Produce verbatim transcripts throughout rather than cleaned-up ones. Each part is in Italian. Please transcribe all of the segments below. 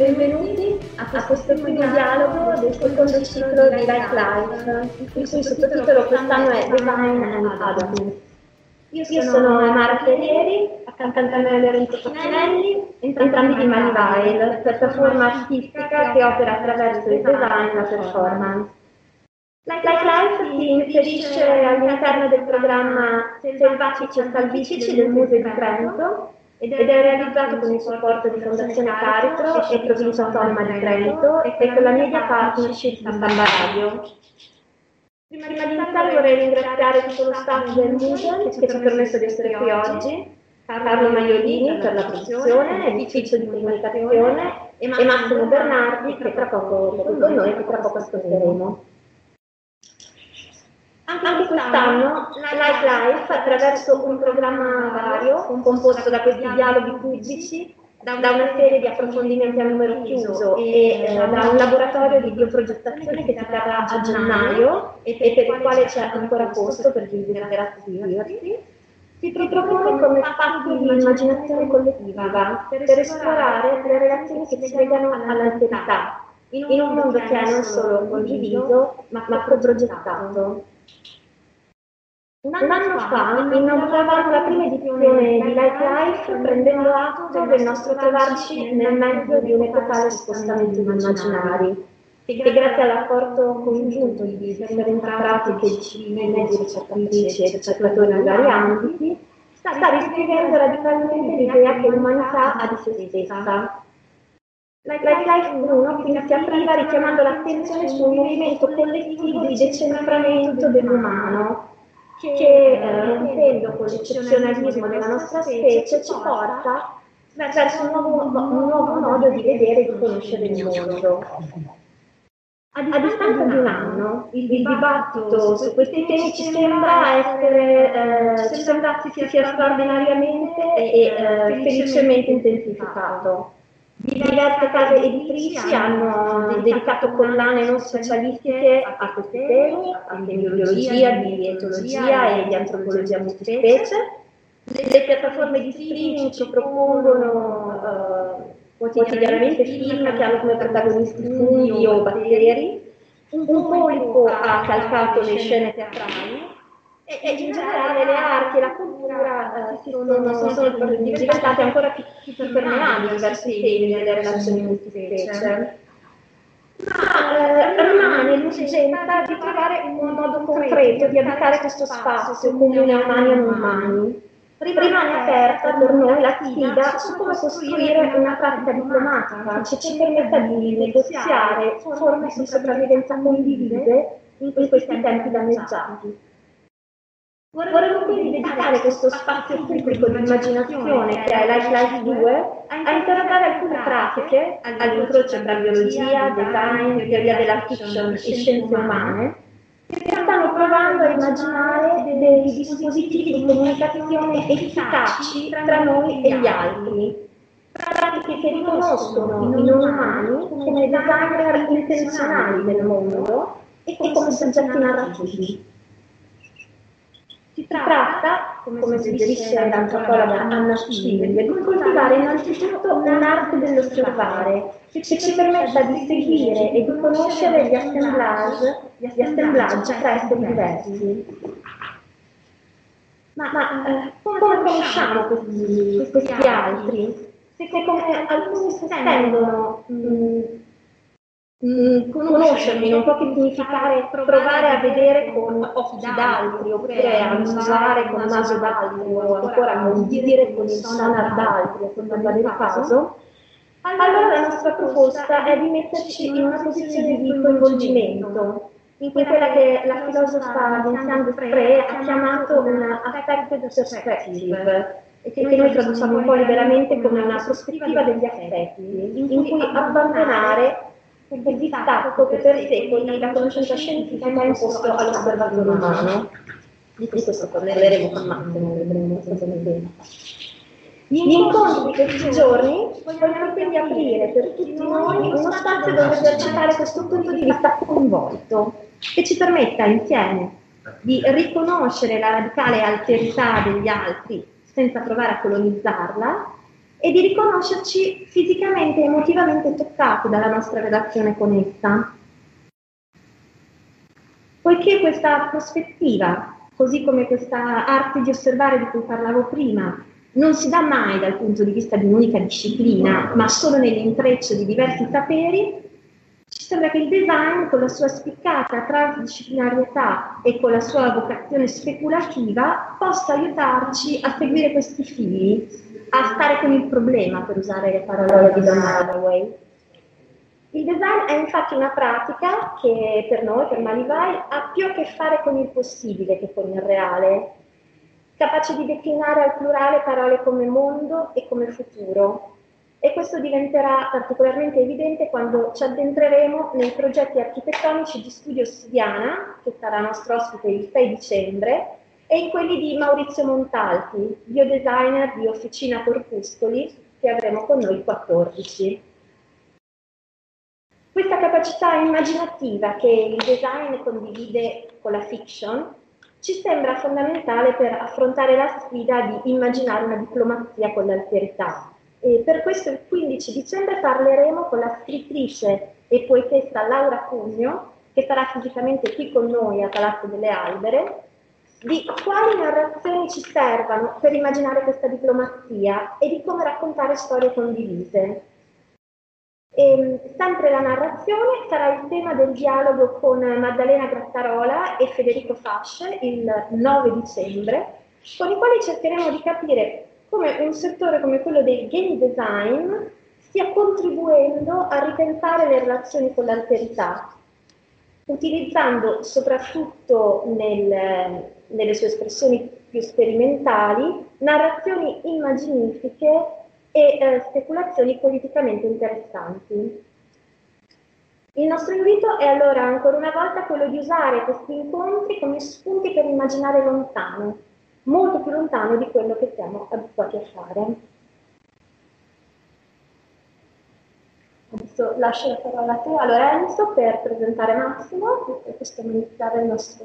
benvenuti a questo primo dialogo del secondo ciclo di Like Life, il cui sottotitolo quest'anno è Design and Adulting. Io sono Mara Ferrieri, accanto a me Lorenzo Faccinelli, entrambi di Manivile, piattaforma artistica che opera attraverso il design e la performance. Like Life si inserisce all'interno del programma Selvatici e Salvifici del Museo di Trento ed è realizzato con il supporto di Fondazione Caritro e Provincia Autonoma di Trento e con la media partnership di Samba Radio. Prima di iniziare vorrei ringraziare tutto lo staff del museo che ci ha permesso di essere qui oggi, Carlo Maiolini per la produzione, l'ufficio di comunicazione e Massimo Bernardi che tra poco è con noi e che tra poco ascolteremo. Anche quest'anno Like Life, attraverso un programma vario composto da questi dialoghi pubblici, da una serie di approfondimenti a numero chiuso e eh, da un laboratorio di bioprogettazione che si terrà a gennaio e per il quale c'è ancora posto per chi desidera iscriversi, si propone come spazio di immaginazione collettiva per esplorare le relazioni che ci legano all'alterità, in un mondo che è non solo condiviso ma co-progettato. Un anno fa inauguravamo la prima edizione di Like Life prendendo atto del nostro trovarci nel mezzo di un epocale spostamento di immaginari, che grazie all'apporto congiunto di differenti pratiche discipline di ricercatrici e ricercatori di vari ambiti, sta riscrivendo radicalmente l'idea che l'umanità ha di se stessa. Like Life uno quindi si apriva richiamando l'attenzione su un movimento collettivo di decentramento dell'umano, che eh, rompendo con l'eccezionalismo della nostra specie ci porta verso un nuovo, un nuovo modo di vedere e di conoscere il mondo. A distanza di un anno il dibattito su questi temi ci sembra essere, eh, ci sembra si sia straordinariamente e eh, felicemente intensificato. Diverse case editrici hanno dedicato collane non socialistiche a questi temi, anche di biologia, di etologia e di antropologia multispecie. Le piattaforme di streaming ci propongono eh, quotidianamente film che hanno come protagonisti funghi o batteri. Un polipo ha calcato le scene teatrali. E, e in generale le arti e la cultura eh, sono, sono diventate ancora più, più permeabili verso i temi delle relazioni multispecie. Ma eh, rimane l'urgenza di trovare un modo concreto di abitare questo spazio comune a umani e non umani. Rimane aperta per noi la sfida su come costruire una pratica diplomatica che ci permetta di negoziare forme di sopravvivenza condivise in questi tempi danneggiati. Vorremmo quindi dedicare questo spazio pubblico di immaginazione che è Like Life due a interrogare alcune pratiche all'incrocio tra biologia, design, teoria della fiction e scienze umane che stanno provando a immaginare dei dispositivi di comunicazione efficaci tra noi e gli altri. Pratiche che riconoscono i non umani come designer intenzionali del mondo e come soggetti narrativi. Si tratta, come suggerisce l'antropologa Anna Schilling, di coltivare innanzitutto un'arte dell'osservare che ci permetta di seguire e di conoscere gli assemblage, gli assemblaggi tra esseri diversi. Ma, ma eh, come conosciamo questi, questi altri? Se come alcuni sostengono mh, Mm, conoscerli non può che significare provare a vedere con occhi d'altri, oppure a usare con il naso d'altri, o ancora a udire con il sonar d'altri, a quando del caso. Allora la nostra proposta è di metterci in una posizione di coinvolgimento, in quella che la filosofa Vinciane Desprez ha chiamato una affected perspective, e che noi traduciamo un po' liberamente come una prospettiva degli affetti, in cui abbandonare il distacco che per secoli la conoscenza scientifica ha imposto all'osservatore umano. Di questo parleremo con Massimo, vedremo tempo. Gli incontri di questi giorni vogliono quindi aprire per tutti noi uno spazio dove esercitare questo punto di vista coinvolto, che ci permetta insieme di riconoscere la radicale alterità degli altri senza provare a colonizzarla, e di riconoscerci fisicamente e emotivamente toccati dalla nostra relazione con essa. Poiché questa prospettiva, così come questa arte di osservare di cui parlavo prima, non si dà mai dal punto di vista di un'unica disciplina, ma solo nell'intreccio di diversi saperi, ci sembra che il design, con la sua spiccata transdisciplinarietà e con la sua vocazione speculativa, possa aiutarci a seguire questi fili, a stare con il problema, per usare le parole di Donna Haraway. Il design è infatti una pratica che per noi, per Malivai, ha più a che fare con il possibile che con il reale, capace di declinare al plurale parole come mondo e come futuro. E questo diventerà particolarmente evidente quando ci addentreremo nei progetti architettonici di Studio Ossidiana, che sarà nostro ospite il sei dicembre, e in quelli di Maurizio Montalti, biodesigner di Officina Corpuscoli, che avremo con noi il quattordici. Questa capacità immaginativa che il design condivide con la fiction ci sembra fondamentale per affrontare la sfida di immaginare una diplomazia con l'alterità. E per questo il quindici dicembre parleremo con la scrittrice e poetessa Laura Cugno, che sarà fisicamente qui con noi a Palazzo delle Albere, di quali narrazioni ci servano per immaginare questa diplomazia e di come raccontare storie condivise. E, sempre la narrazione sarà il tema del dialogo con Maddalena Grattarola e Federico Fasce il nove dicembre, con i quali cercheremo di capire come un settore come quello del game design stia contribuendo a ripensare le relazioni con l'alterità, utilizzando soprattutto nel, nelle sue espressioni più sperimentali narrazioni immaginifiche e eh, speculazioni politicamente interessanti. Il nostro invito è allora ancora una volta quello di usare questi incontri come spunti per immaginare lontano, molto più lontano di quello che siamo abituati a fare. Adesso lascio la parola a te, a Lorenzo, per presentare Massimo e possiamo iniziare il nostro...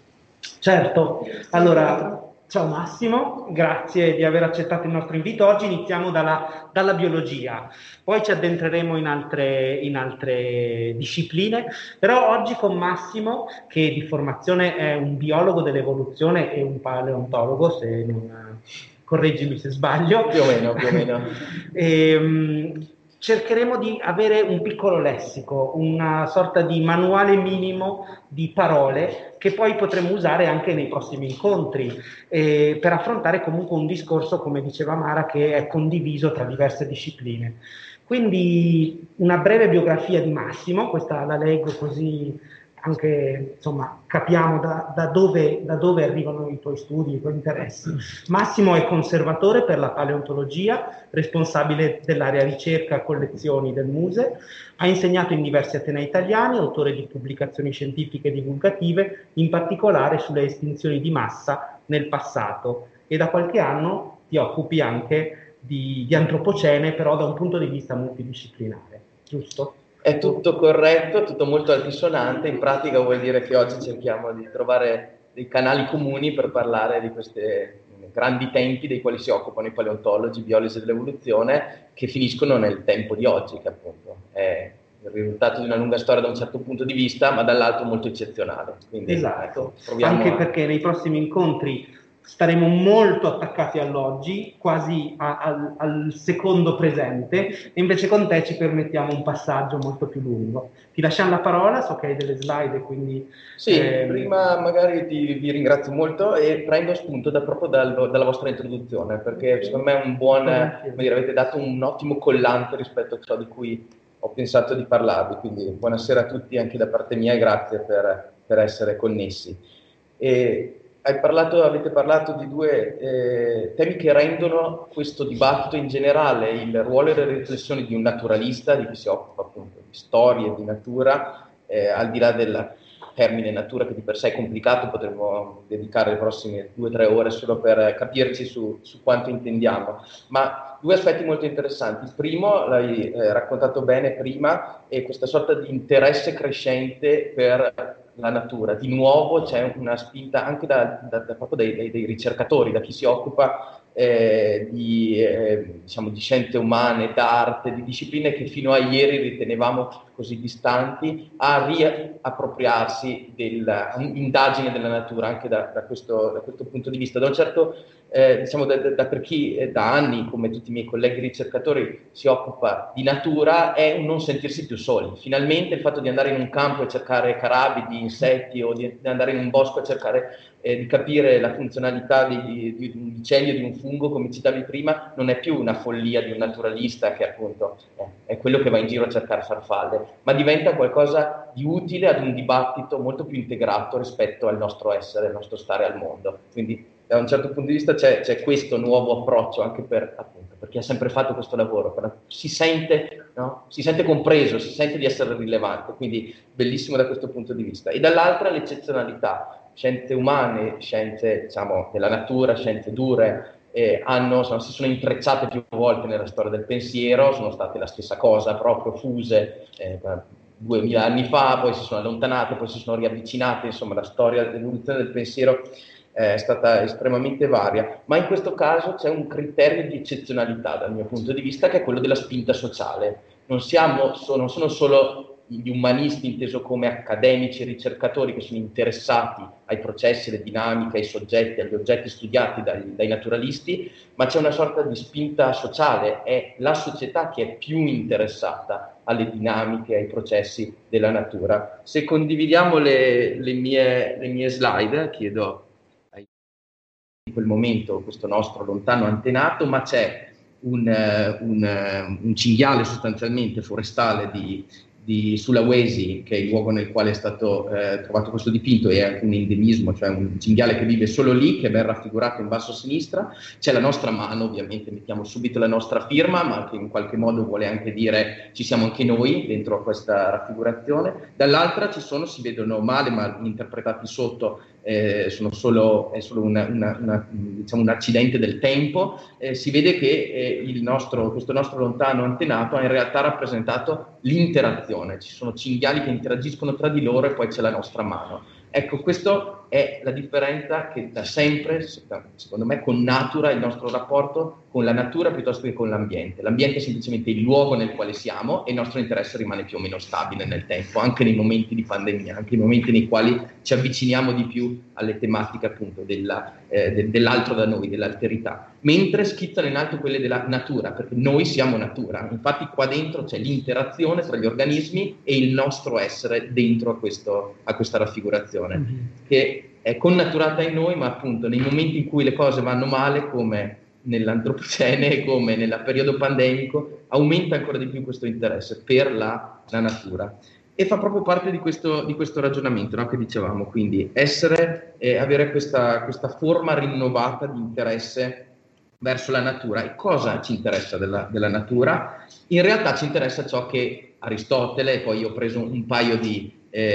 Certo, allora... Ciao Massimo, grazie di aver accettato il nostro invito. Oggi iniziamo dalla, dalla biologia, poi ci addentreremo in altre, in altre discipline, però oggi con Massimo, che di formazione è un biologo dell'evoluzione e un paleontologo, se non correggimi se sbaglio. Più o meno, più o meno. e, um, cercheremo di avere un piccolo lessico, una sorta di manuale minimo di parole che poi potremo usare anche nei prossimi incontri eh, per affrontare comunque un discorso, come diceva Mara, che è condiviso tra diverse discipline. Quindi una breve biografia di Massimo, questa la leggo così anche insomma capiamo da, da, dove, da dove arrivano i tuoi studi, i tuoi interessi. Massimo è conservatore per la paleontologia, responsabile dell'area ricerca e collezioni del Muse, ha insegnato in diversi atenei italiani, autore di pubblicazioni scientifiche e divulgative, in particolare sulle estinzioni di massa nel passato, e da qualche anno ti occupi anche di, di antropocene, però da un punto di vista multidisciplinare, giusto? È tutto corretto, tutto molto altisonante. In pratica vuol dire che oggi cerchiamo di trovare dei canali comuni per parlare di questi grandi tempi dei quali si occupano i paleontologi, i biologi dell'evoluzione, che finiscono nel tempo di oggi, che appunto è il risultato di una lunga storia da un certo punto di vista, ma dall'altro molto eccezionale. Quindi, esatto, ecco, anche a... perché nei prossimi incontri staremo molto attaccati all'oggi, quasi a, al, al secondo presente, e invece con te ci permettiamo un passaggio molto più lungo. Ti lasciamo la parola, so che hai delle slide, quindi... Sì, ehm... prima magari ti, vi ringrazio molto e prendo spunto da, proprio dal, dalla vostra introduzione, perché secondo me è un buon, come dire, avete dato un ottimo collante rispetto a ciò di cui ho pensato di parlarvi, quindi buonasera a tutti anche da parte mia e grazie per, per essere connessi. E, Hai parlato, avete parlato di due eh, temi che rendono questo dibattito in generale, il ruolo e le riflessioni di un naturalista, di chi si occupa appunto di storie, di natura, eh, al di là del termine natura che di per sé è complicato, potremmo dedicare le prossime due o tre ore solo per capirci su, su quanto intendiamo, ma due aspetti molto interessanti. Il primo, l'hai eh, raccontato bene prima, è questa sorta di interesse crescente per la natura. Di nuovo c'è una spinta anche da, da, da, proprio dai, dai, dai ricercatori, da chi si occupa eh, di, eh, diciamo, di scienze umane, d'arte, di discipline che fino a ieri ritenevamo così distanti, a riappropriarsi dell'indagine della natura anche da, da, questo, da questo punto di vista. Da un certo, eh, diciamo, da, da per chi eh, da anni, come tutti i miei colleghi ricercatori, si occupa di natura, è un non sentirsi più soli. Finalmente il fatto di andare in un campo e cercare carabidi, insetti, o di, di andare in un bosco a cercare eh, di capire la funzionalità di, di, di un uccello, di un fungo, come citavi prima, non è più una follia di un naturalista che appunto eh, è quello che va in giro a cercare farfalle, ma diventa qualcosa di utile ad un dibattito molto più integrato rispetto al nostro essere, al nostro stare al mondo. Quindi da un certo punto di vista c'è, c'è questo nuovo approccio anche per, appunto, per chi ha sempre fatto questo lavoro, per, si, sente, no? si sente compreso, si sente di essere rilevante, quindi bellissimo da questo punto di vista. E dall'altra l'eccezionalità, scienze umane, scienze diciamo, della natura, scienze dure, Eh, hanno, sono, si sono intrecciate più volte nella storia del pensiero, sono state la stessa cosa, proprio fuse eh, duemila anni fa, poi si sono allontanate, poi si sono riavvicinate, insomma la storia dell'evoluzione del pensiero eh, è stata estremamente varia, ma in questo caso c'è un criterio di eccezionalità dal mio punto di vista, che è quello della spinta sociale. Non, siamo, so, non sono solo gli umanisti inteso come accademici e ricercatori che sono interessati ai processi, alle dinamiche, ai soggetti, agli oggetti studiati dai, dai naturalisti, ma c'è una sorta di spinta sociale, è la società che è più interessata alle dinamiche, ai processi della natura. Se condividiamo le, le, mie, le mie slide, chiedo in quel momento questo nostro lontano antenato, ma c'è un, un, un cinghiale sostanzialmente forestale di di Sulawesi, che è il luogo nel quale è stato eh, trovato questo dipinto, è anche un endemismo, cioè un cinghiale che vive solo lì, che ben raffigurato in basso a sinistra. C'è la nostra mano, ovviamente mettiamo subito la nostra firma, ma che in qualche modo vuole anche dire ci siamo anche noi dentro a questa raffigurazione. Dall'altra ci sono, si vedono male, ma interpretati sotto eh, sono solo, è solo una, una, una, diciamo un accidente del tempo. Eh, si vede che eh, il nostro, questo nostro lontano antenato ha in realtà rappresentato l'interazione. Ci sono cinghiali che interagiscono tra di loro e poi c'è la nostra mano. Ecco, questa è la differenza che da sempre, secondo me, connatura il nostro rapporto con la natura piuttosto che con l'ambiente. L'ambiente è semplicemente il luogo nel quale siamo e il nostro interesse rimane più o meno stabile nel tempo, anche nei momenti di pandemia, anche nei momenti nei quali ci avviciniamo di più alle tematiche appunto della, eh, de, dell'altro da noi, dell'alterità. Mentre schizzano in alto quelle della natura, perché noi siamo natura. Infatti qua dentro c'è l'interazione tra gli organismi e il nostro essere dentro a, questo, a questa raffigurazione, mm-hmm. che è connaturata in noi, ma appunto nei momenti in cui le cose vanno male, come nell'antropocene, come nel periodo pandemico, aumenta ancora di più questo interesse per la, la natura. E fa proprio parte di questo, di questo ragionamento, no, che dicevamo, quindi essere, eh, avere questa, questa forma rinnovata di interesse verso la natura. E cosa ci interessa della, della natura? In realtà ci interessa ciò che Aristotele, poi io ho preso un paio di,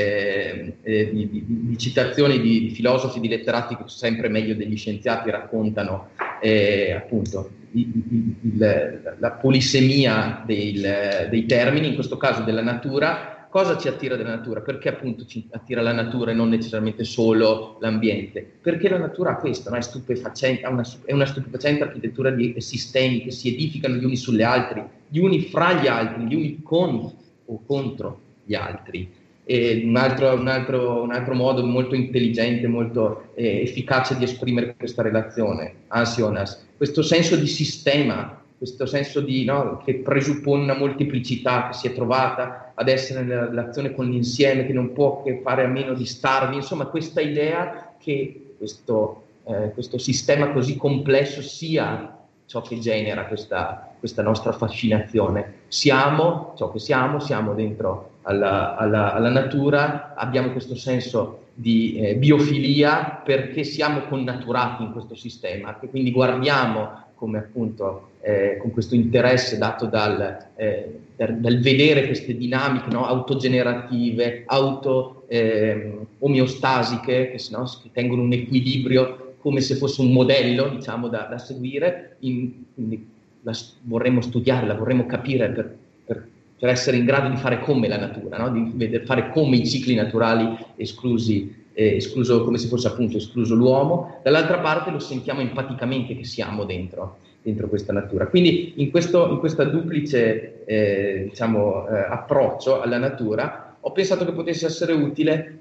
eh, eh, di, di, di citazioni di, di filosofi, di letterati che sempre meglio degli scienziati raccontano eh, appunto il, il, il, la polisemia del, dei termini, in questo caso della natura. Cosa ci attira della natura? Perché appunto ci attira la natura e non necessariamente solo l'ambiente? Perché la natura ha questo, no? È stupefacente, ha una, è una stupefacente architettura di sistemi che si edificano gli uni sulle altri, gli uni fra gli altri, gli uni con o contro gli altri. E un, altro, un, altro, un altro modo molto intelligente, molto eh, efficace di esprimere questa relazione, ansionas, questo senso di sistema, questo senso di, no, che presuppone una molteplicità che si è trovata ad essere nella relazione con l'insieme, che non può che fare a meno di starvi, insomma questa idea che questo, eh, questo sistema così complesso sia ciò che genera questa, questa nostra fascinazione. Siamo ciò che siamo, siamo dentro alla, alla, alla natura, abbiamo questo senso di eh, biofilia perché siamo connaturati in questo sistema, che quindi guardiamo come appunto eh, con questo interesse dato dal, eh, dal, dal vedere queste dinamiche, no, autogenerative, auto eh, omeostasiche, che, no, che tengono un equilibrio come se fosse un modello, diciamo, da, da seguire, in, quindi la vorremmo studiare, la vorremmo capire per, per, per essere in grado di fare come la natura, no? Di vedere, fare come i cicli naturali esclusi eh, escluso, come se fosse appunto escluso l'uomo, dall'altra parte lo sentiamo empaticamente che siamo dentro, dentro questa natura. Quindi in, questo, in questa duplice eh, diciamo, eh, approccio alla natura ho pensato che potesse essere utile,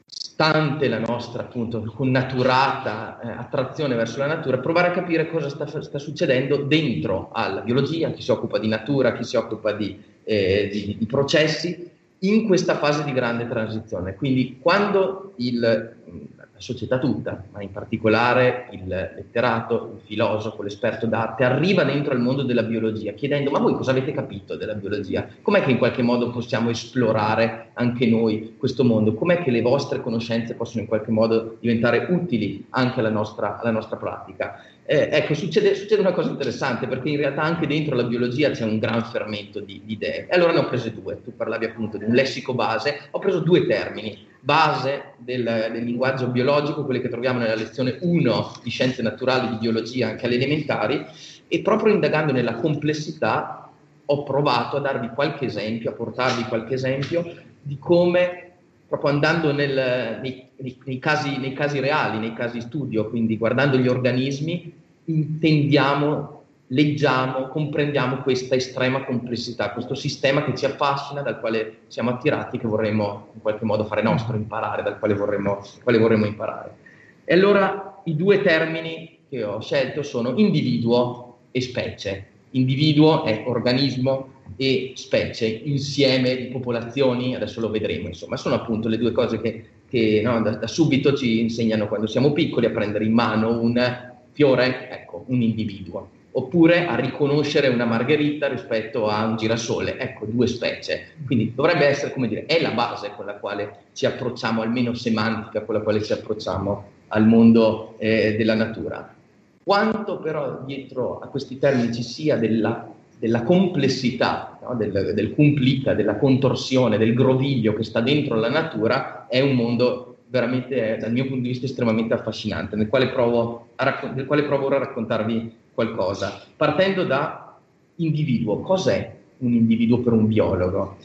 stante la nostra appunto connaturata eh, attrazione verso la natura, provare a capire cosa sta, sta succedendo dentro alla biologia, chi si occupa di natura, chi si occupa di, eh, di, di processi, in questa fase di grande transizione. Quindi quando il, la società tutta, ma in particolare il letterato, il filosofo, l'esperto d'arte, arriva dentro al mondo della biologia chiedendo: ma voi cosa avete capito della biologia? Com'è che in qualche modo possiamo esplorare anche noi questo mondo? Com'è che le vostre conoscenze possono in qualche modo diventare utili anche alla nostra, alla nostra pratica? Eh, ecco, succede, succede una cosa interessante, perché in realtà anche dentro la biologia c'è un gran fermento di, di idee. E allora ne ho prese due. Tu parlavi appunto di un lessico base, ho preso due termini. Base del, del linguaggio biologico, quelle che troviamo nella lezione uno di Scienze Naturali, di Biologia, anche alle elementari, e proprio indagando nella complessità ho provato a darvi qualche esempio, a portarvi qualche esempio di come, proprio andando nel, nei, nei, nei, casi, nei casi reali, nei casi studio, quindi guardando gli organismi, intendiamo, leggiamo, comprendiamo questa estrema complessità, questo sistema che ci affascina, dal quale siamo attirati, che vorremmo in qualche modo fare nostro, imparare, dal quale vorremmo, quale vorremmo imparare. E allora i due termini che ho scelto sono individuo e specie. Individuo è organismo e specie, insieme di popolazioni, adesso lo vedremo, insomma, sono appunto le due cose che, che no, da, da subito ci insegnano quando siamo piccoli a prendere in mano un fiore, ecco, un individuo, oppure a riconoscere una margherita rispetto a un girasole, ecco, due specie. Quindi dovrebbe essere, come dire, è la base con la quale ci approcciamo, almeno semantica, con la quale ci approcciamo al mondo eh, della natura. Quanto però dietro a questi termini ci sia della, della complessità, no? del, del complita, della contorsione, del groviglio che sta dentro la natura, è un mondo veramente, dal mio punto di vista, estremamente affascinante, nel quale provo, a raccon- nel quale provo ora a raccontarvi qualcosa, partendo da individuo. Cos'è un individuo per un biologo?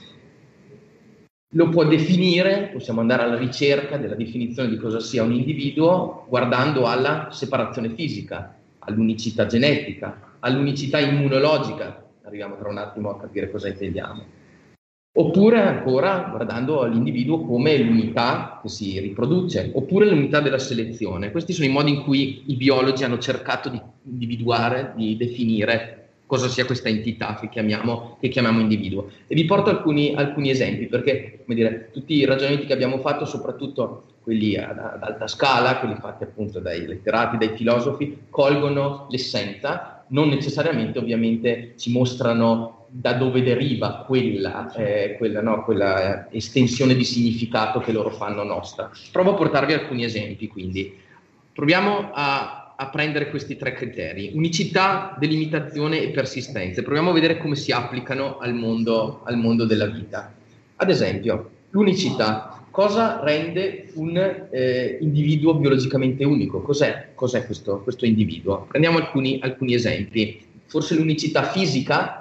Lo può definire, possiamo andare alla ricerca della definizione di cosa sia un individuo guardando alla separazione fisica, all'unicità genetica, all'unicità immunologica, arriviamo tra un attimo a capire cosa intendiamo. Oppure ancora guardando all'individuo come l'unità che si riproduce, oppure l'unità della selezione. Questi sono i modi in cui i biologi hanno cercato di individuare, di definire cosa sia questa entità che chiamiamo, che chiamiamo individuo. E vi porto alcuni, alcuni esempi, perché, come dire, tutti i ragionamenti che abbiamo fatto, soprattutto quelli ad, ad alta scala, quelli fatti appunto dai letterati, dai filosofi, colgono l'essenza, non necessariamente ovviamente ci mostrano da dove deriva quella, eh, quella, no, quella eh, estensione di significato che loro fanno nostra. Provo a portarvi alcuni esempi, quindi. Proviamo a, a prendere questi tre criteri: unicità, delimitazione e persistenza. Proviamo a vedere come si applicano al mondo, al mondo della vita. Ad esempio, l'unicità. Cosa rende un eh, individuo biologicamente unico? Cos'è, cos'è questo, questo individuo? Prendiamo alcuni, alcuni esempi. Forse l'unicità fisica.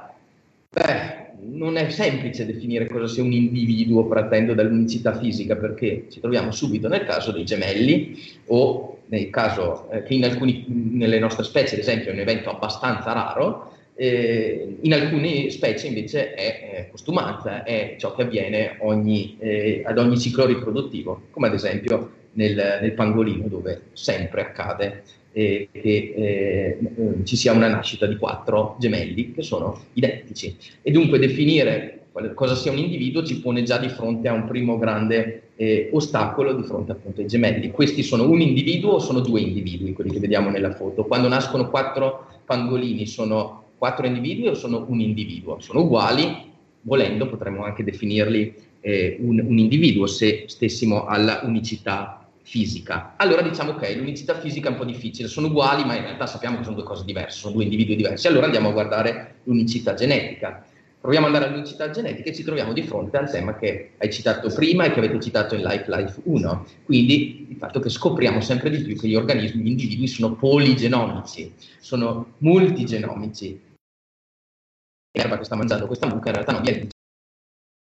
Beh, non è semplice definire cosa sia un individuo partendo dall'unicità fisica, perché ci troviamo subito nel caso dei gemelli, o nel caso eh, che in alcuni, nelle nostre specie, ad esempio, è un evento abbastanza raro, eh, in alcune specie invece è eh, costumanza, è ciò che avviene ogni, eh, ad ogni ciclo riproduttivo, come ad esempio nel, nel pangolino, dove sempre accade E che eh, ci sia una nascita di quattro gemelli che sono identici. E dunque definire cosa sia un individuo ci pone già di fronte a un primo grande eh, ostacolo di fronte appunto ai gemelli. Questi sono un individuo o sono due individui, quelli che vediamo nella foto? Quando nascono quattro pangolini sono quattro individui o sono un individuo? Sono uguali, volendo potremmo anche definirli eh, un, un individuo se stessimo alla unicità fisica. Allora diciamo ok, l'unicità fisica è un po' difficile, sono uguali ma in realtà sappiamo che sono due cose diverse, sono due individui diversi. Allora andiamo a guardare l'unicità genetica. Proviamo ad andare all'unicità genetica e ci troviamo di fronte al tema che hai citato prima e che avete citato in Life Life uno, quindi il fatto che scopriamo sempre di più che gli organismi, gli individui sono poligenomici, sono multigenomici. L'erba che sta mangiando questa mucca in realtà non viene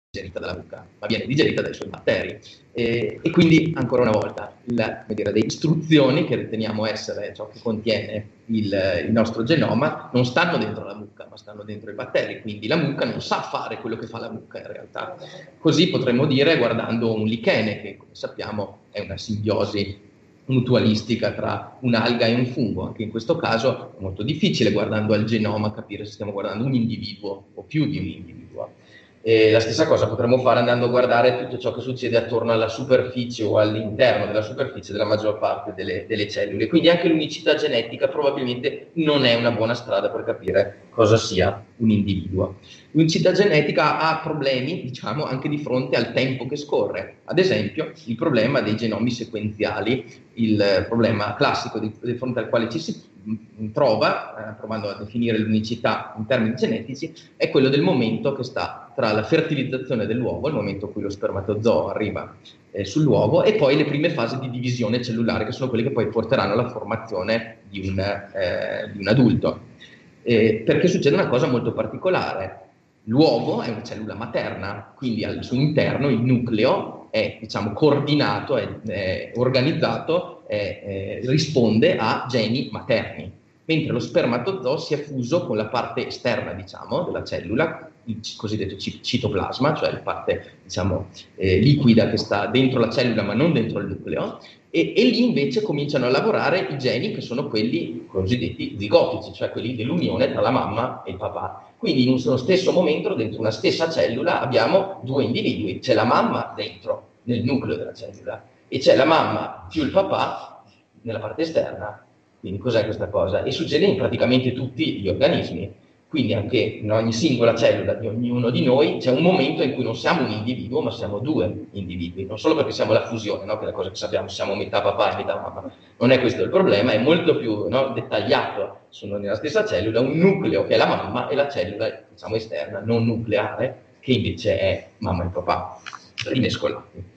digerita dalla mucca, ma viene digerita dai suoi batteri. E, e quindi, ancora una volta, la, come dire, le istruzioni che riteniamo essere ciò che contiene il, il nostro genoma non stanno dentro la mucca, ma stanno dentro i batteri, quindi la mucca non sa fare quello che fa la mucca in realtà. Così potremmo dire guardando un lichene, che come sappiamo è una simbiosi mutualistica tra un'alga e un fungo. Anche in questo caso è molto difficile, guardando al genoma, capire se stiamo guardando un individuo o più di un individuo. E la stessa cosa potremmo fare andando a guardare tutto ciò che succede attorno alla superficie o all'interno della superficie della maggior parte delle, delle cellule. Quindi anche l'unicità genetica probabilmente non è una buona strada per capire cosa sia un individuo. L'unicità genetica ha problemi, diciamo, anche di fronte al tempo che scorre. Ad esempio, il problema dei genomi sequenziali, il problema classico di, di fronte al quale ci si trova, eh, provando a definire l'unicità in termini genetici, è quello del momento che sta tra la fertilizzazione dell'uovo, il momento in cui lo spermatozoo arriva eh, sull'uovo, e poi le prime fasi di divisione cellulare, che sono quelle che poi porteranno alla formazione di un, eh, di un adulto. Eh, perché succede una cosa molto particolare. L'uovo è una cellula materna, quindi al suo interno il nucleo è, diciamo, coordinato, è, è organizzato, è, è, risponde a geni materni, mentre lo spermatozoo si è fuso con la parte esterna, diciamo, della cellula, il cosiddetto citoplasma, cioè la parte, diciamo, eh, liquida che sta dentro la cellula ma non dentro il nucleo, e, e lì invece cominciano a lavorare i geni che sono quelli cosiddetti zigotici, cioè quelli dell'unione tra la mamma e il papà. Quindi in uno stesso momento, dentro una stessa cellula, abbiamo due individui. C'è la mamma dentro, nel nucleo della cellula, e c'è la mamma più il papà nella parte esterna. Quindi cos'è questa cosa? E succede in praticamente tutti gli organismi. Quindi anche in ogni singola cellula di ognuno di noi c'è un momento in cui non siamo un individuo, ma siamo due individui. Non solo perché siamo la fusione, no? Che è la cosa che sappiamo, siamo metà papà e metà mamma. Non è questo il problema, è molto più, no, dettagliato. Sono nella stessa cellula un nucleo che è la mamma e la cellula, diciamo, esterna, non nucleare, che invece è mamma e papà, rimescolati.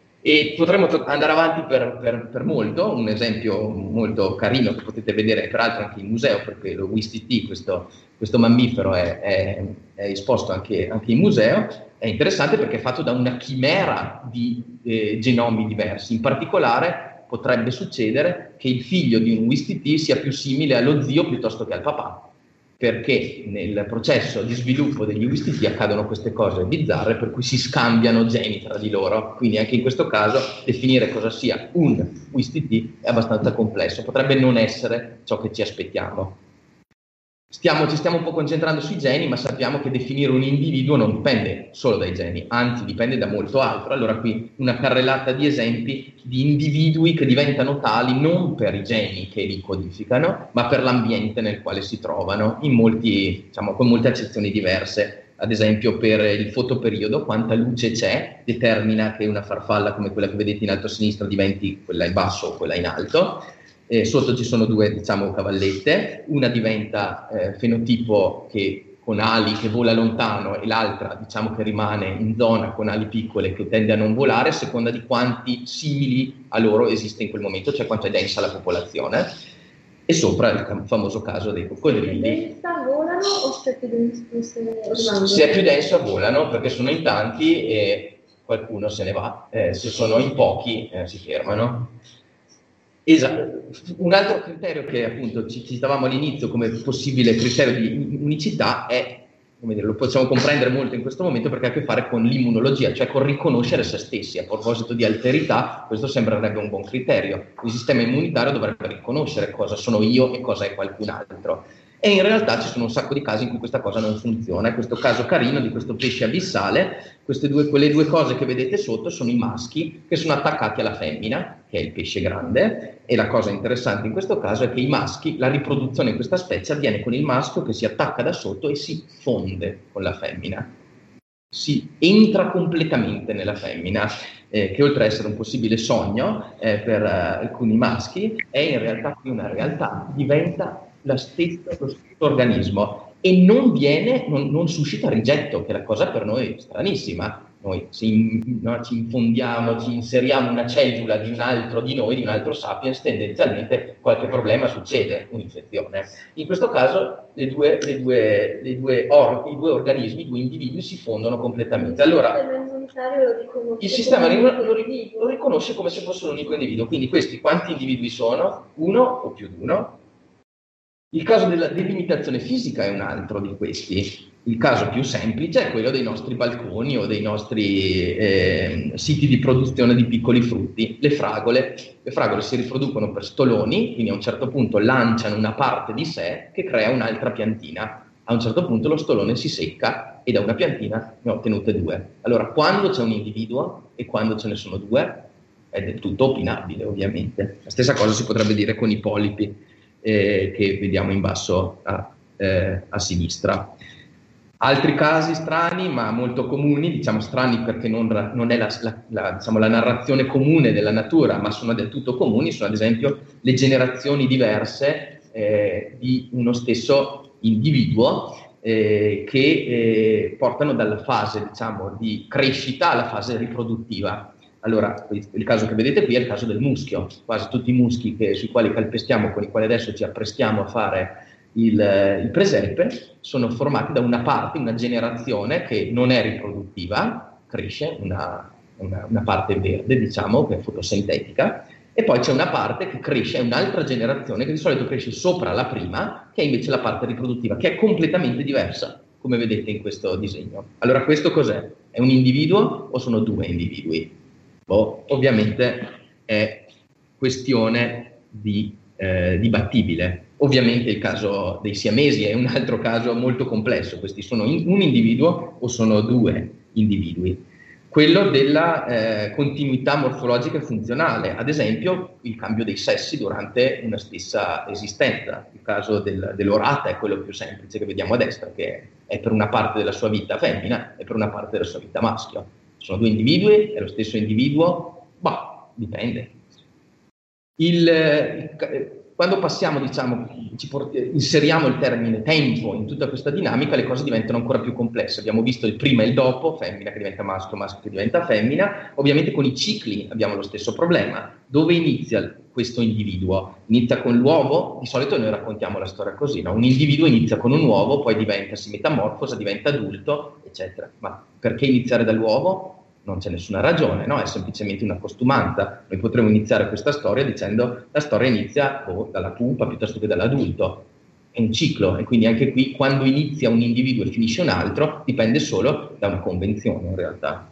E potremmo andare avanti per, per, per molto. Un esempio molto carino che potete vedere peraltro anche in museo, perché lo W I S T T, questo, questo mammifero, è, è, è esposto anche, anche in museo. È interessante perché è fatto da una chimera di eh, genomi diversi. In particolare potrebbe succedere che il figlio di un W I S T T sia più simile allo zio piuttosto che al papà, perché nel processo di sviluppo degli W I S T T accadono queste cose bizzarre per cui si scambiano geni tra di loro. Quindi anche in questo caso definire cosa sia un W I S T T è abbastanza complesso, potrebbe non essere ciò che ci aspettiamo. Stiamo, ci stiamo un po' concentrando sui geni, ma sappiamo che definire un individuo non dipende solo dai geni, anzi dipende da molto altro. Allora qui una carrellata di esempi di individui che diventano tali non per i geni che li codificano, ma per l'ambiente nel quale si trovano, in molti, diciamo, con molte accezioni diverse. Ad esempio per il fotoperiodo, quanta luce c'è determina che una farfalla come quella che vedete in alto a sinistra diventi quella in basso o quella in alto. Eh, sotto ci sono due, diciamo, cavallette, una diventa eh, fenotipo che, con ali che vola lontano, e l'altra, diciamo, che rimane in zona con ali piccole che tende a non volare a seconda di quanti simili a loro esiste in quel momento, cioè quanto è densa la popolazione. E sopra il famoso caso dei coccodrilli. Se è più densa volano o se è più densa rimangono? Se è più densa volano perché sono in tanti e qualcuno se ne va, eh, se sono in pochi eh, si fermano. Esatto. Un altro criterio che appunto ci citavamo all'inizio come possibile criterio di unicità è, come dire, lo possiamo comprendere molto in questo momento perché ha a che fare con l'immunologia, cioè con riconoscere se stessi. A proposito di alterità, questo sembrerebbe un buon criterio. Il sistema immunitario dovrebbe riconoscere cosa sono io e cosa è qualcun altro. E in realtà ci sono un sacco di casi in cui questa cosa non funziona. Questo caso carino di questo pesce abissale, queste due, quelle due cose che vedete sotto sono i maschi che sono attaccati alla femmina, che è il pesce grande, e la cosa interessante in questo caso è che i maschi, la riproduzione in questa specie avviene con il maschio che si attacca da sotto e si fonde con la femmina. Si entra completamente nella femmina, eh, che oltre ad essere un possibile sogno eh, per uh, alcuni maschi, è in realtà qui una realtà, diventa la stessa, lo stesso organismo e non viene, non, non suscita rigetto, che è la cosa per noi stranissima. noi ci, no, ci infondiamo, ci inseriamo una cellula di un altro di noi, di un altro sapiens, tendenzialmente qualche problema succede, un'infezione. In questo caso le due, le due, le due or, i due organismi, i due individui si fondono completamente. Allora, il sistema lo, lo, lo riconosce come se fosse un unico individuo. Quindi questi quanti individui sono? Uno o più di uno? Il caso della delimitazione fisica è un altro di questi. Il caso più semplice è quello dei nostri balconi o dei nostri eh, siti di produzione di piccoli frutti. Le fragole. Le fragole si riproducono per stoloni, quindi a un certo punto lanciano una parte di sé che crea un'altra piantina. A un certo punto lo stolone si secca e da una piantina ne ho ottenute due. Allora, quando c'è un individuo e quando ce ne sono due, è del tutto opinabile, ovviamente. La stessa cosa si potrebbe dire con i polipi, eh, che vediamo in basso a, eh, a sinistra. Altri casi strani, ma molto comuni, diciamo strani perché non, non è la, la, la, diciamo, la narrazione comune della natura, ma sono del tutto comuni, sono ad esempio le generazioni diverse eh, di uno stesso individuo eh, che eh, portano dalla fase, diciamo, di crescita alla fase riproduttiva. Allora, il caso che vedete qui è il caso del muschio. Quasi tutti i muschi che, sui quali calpestiamo, con i quali adesso ci apprestiamo a fare il, il presepe, sono formati da una parte, una generazione che non è riproduttiva, cresce, una, una, una parte verde, diciamo, che è fotosintetica, e poi c'è una parte che cresce, è un'altra generazione che di solito cresce sopra la prima, che è invece la parte riproduttiva, che è completamente diversa, come vedete in questo disegno. Allora, questo cos'è? È un individuo o sono due individui? Boh, ovviamente è questione di, eh, dibattibile. Ovviamente il caso dei siamesi è un altro caso molto complesso. Questi sono in, un individuo o sono due individui? Quello della eh, continuità morfologica e funzionale, ad esempio il cambio dei sessi durante una stessa esistenza. Il caso del, dell'orata è quello più semplice che vediamo a destra, che è per una parte della sua vita femmina e per una parte della sua vita maschio. Sono due individui, è lo stesso individuo? Bah, dipende. Il, il, quando passiamo, diciamo, ci port- inseriamo il termine tempo in tutta questa dinamica, le cose diventano ancora più complesse. Abbiamo visto il prima e il dopo, femmina che diventa maschio, maschio che diventa femmina. Ovviamente con i cicli abbiamo lo stesso problema. Dove inizia questo individuo? Inizia con l'uovo? Di solito noi raccontiamo la storia così, no? Un individuo inizia con un uovo, poi diventa, si metamorfosa, diventa adulto, eccetera. Ma perché iniziare dall'uovo? Non c'è nessuna ragione, no? È semplicemente una costumanza. Noi potremmo iniziare questa storia dicendo la storia inizia oh, dalla pupa piuttosto che dall'adulto. È un ciclo, e quindi anche qui quando inizia un individuo e finisce un altro dipende solo da una convenzione in realtà.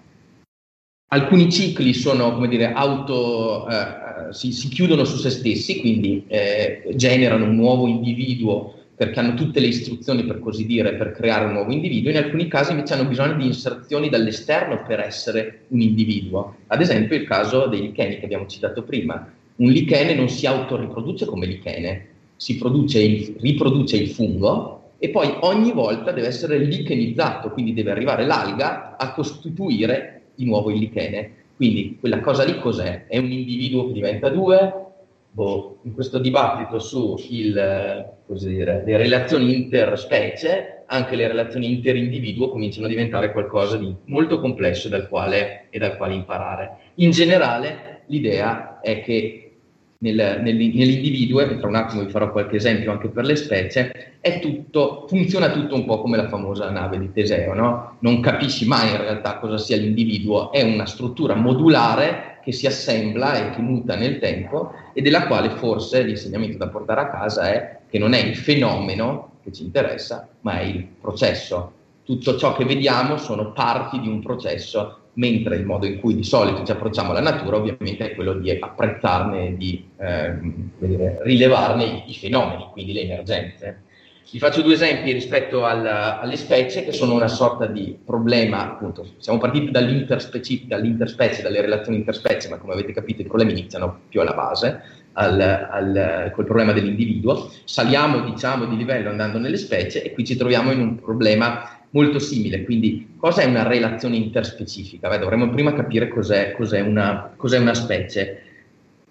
Alcuni cicli sono, come dire, auto, eh, si, si chiudono su se stessi, quindi eh, generano un nuovo individuo perché hanno tutte le istruzioni, per così dire, per creare un nuovo individuo. In alcuni casi invece hanno bisogno di inserzioni dall'esterno per essere un individuo. Ad esempio il caso dei licheni che abbiamo citato prima. Un lichene non si autoriproduce come lichene, si produce il, riproduce il fungo e poi ogni volta deve essere lichenizzato, quindi deve arrivare l'alga a costituire di nuovo il lichene. Quindi quella cosa lì cos'è? È un individuo che diventa due? Boh, in questo dibattito su il, così dire, le relazioni interspecie, anche le relazioni interindividuo cominciano a diventare qualcosa di molto complesso dal quale, e dal quale imparare. In generale l'idea è che nel, nel, nell'individuo, e tra un attimo vi farò qualche esempio anche per le specie, è tutto, funziona tutto un po' come la famosa nave di Teseo, no? Non capisci mai in realtà cosa sia l'individuo, è una struttura modulare che si assembla e che muta nel tempo e della quale forse l'insegnamento da portare a casa è che non è il fenomeno che ci interessa, ma è il processo. Tutto ciò che vediamo sono parti di un processo, mentre il modo in cui di solito ci approcciamo alla natura ovviamente è quello di apprezzarne, di eh, dire, rilevarne i, i fenomeni, quindi le emergenze. Vi faccio due esempi rispetto al, alle specie, che sono una sorta di problema, appunto, siamo partiti dall'interspecie, dall'interspecie, dalle relazioni interspecie, ma come avete capito i problemi iniziano più alla base, al, al, col problema dell'individuo, saliamo diciamo di livello andando nelle specie e qui ci troviamo in un problema molto simile. Quindi cosa è una relazione interspecifica? Beh, dovremmo prima capire cos'è, cos'è, una, cos'è una specie.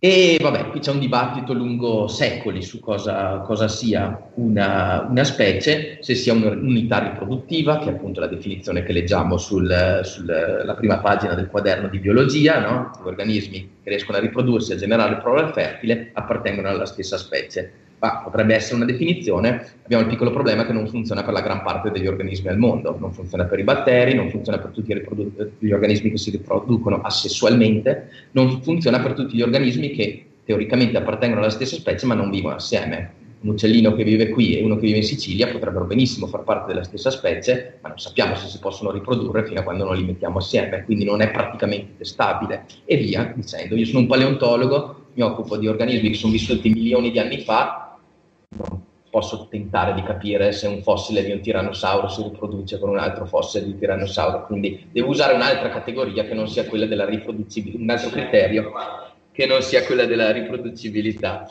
E vabbè, qui c'è un dibattito lungo secoli su cosa, cosa sia una, una specie, se sia un'unità riproduttiva, che è appunto la definizione che leggiamo sulla sul, prima pagina del quaderno di biologia, no? Gli organismi che riescono a riprodursi e a generare prole fertile appartengono alla stessa specie. Ma potrebbe essere una definizione, abbiamo il piccolo problema che non funziona per la gran parte degli organismi al mondo, non funziona per i batteri, non funziona per tutti gli organismi che si riproducono asessualmente, non funziona per tutti gli organismi che teoricamente appartengono alla stessa specie ma non vivono assieme. Un uccellino che vive qui e uno che vive in Sicilia potrebbero benissimo far parte della stessa specie, ma non sappiamo se si possono riprodurre fino a quando non li mettiamo assieme, quindi non è praticamente testabile, e via dicendo. Io sono un paleontologo, mi occupo di organismi che sono vissuti milioni di anni fa, non posso tentare di capire se un fossile di un tirannosauro si riproduce con un altro fossile di tirannosauro, quindi devo usare un'altra categoria che non sia quella della riproducibilità, un altro criterio che non sia quella della riproducibilità,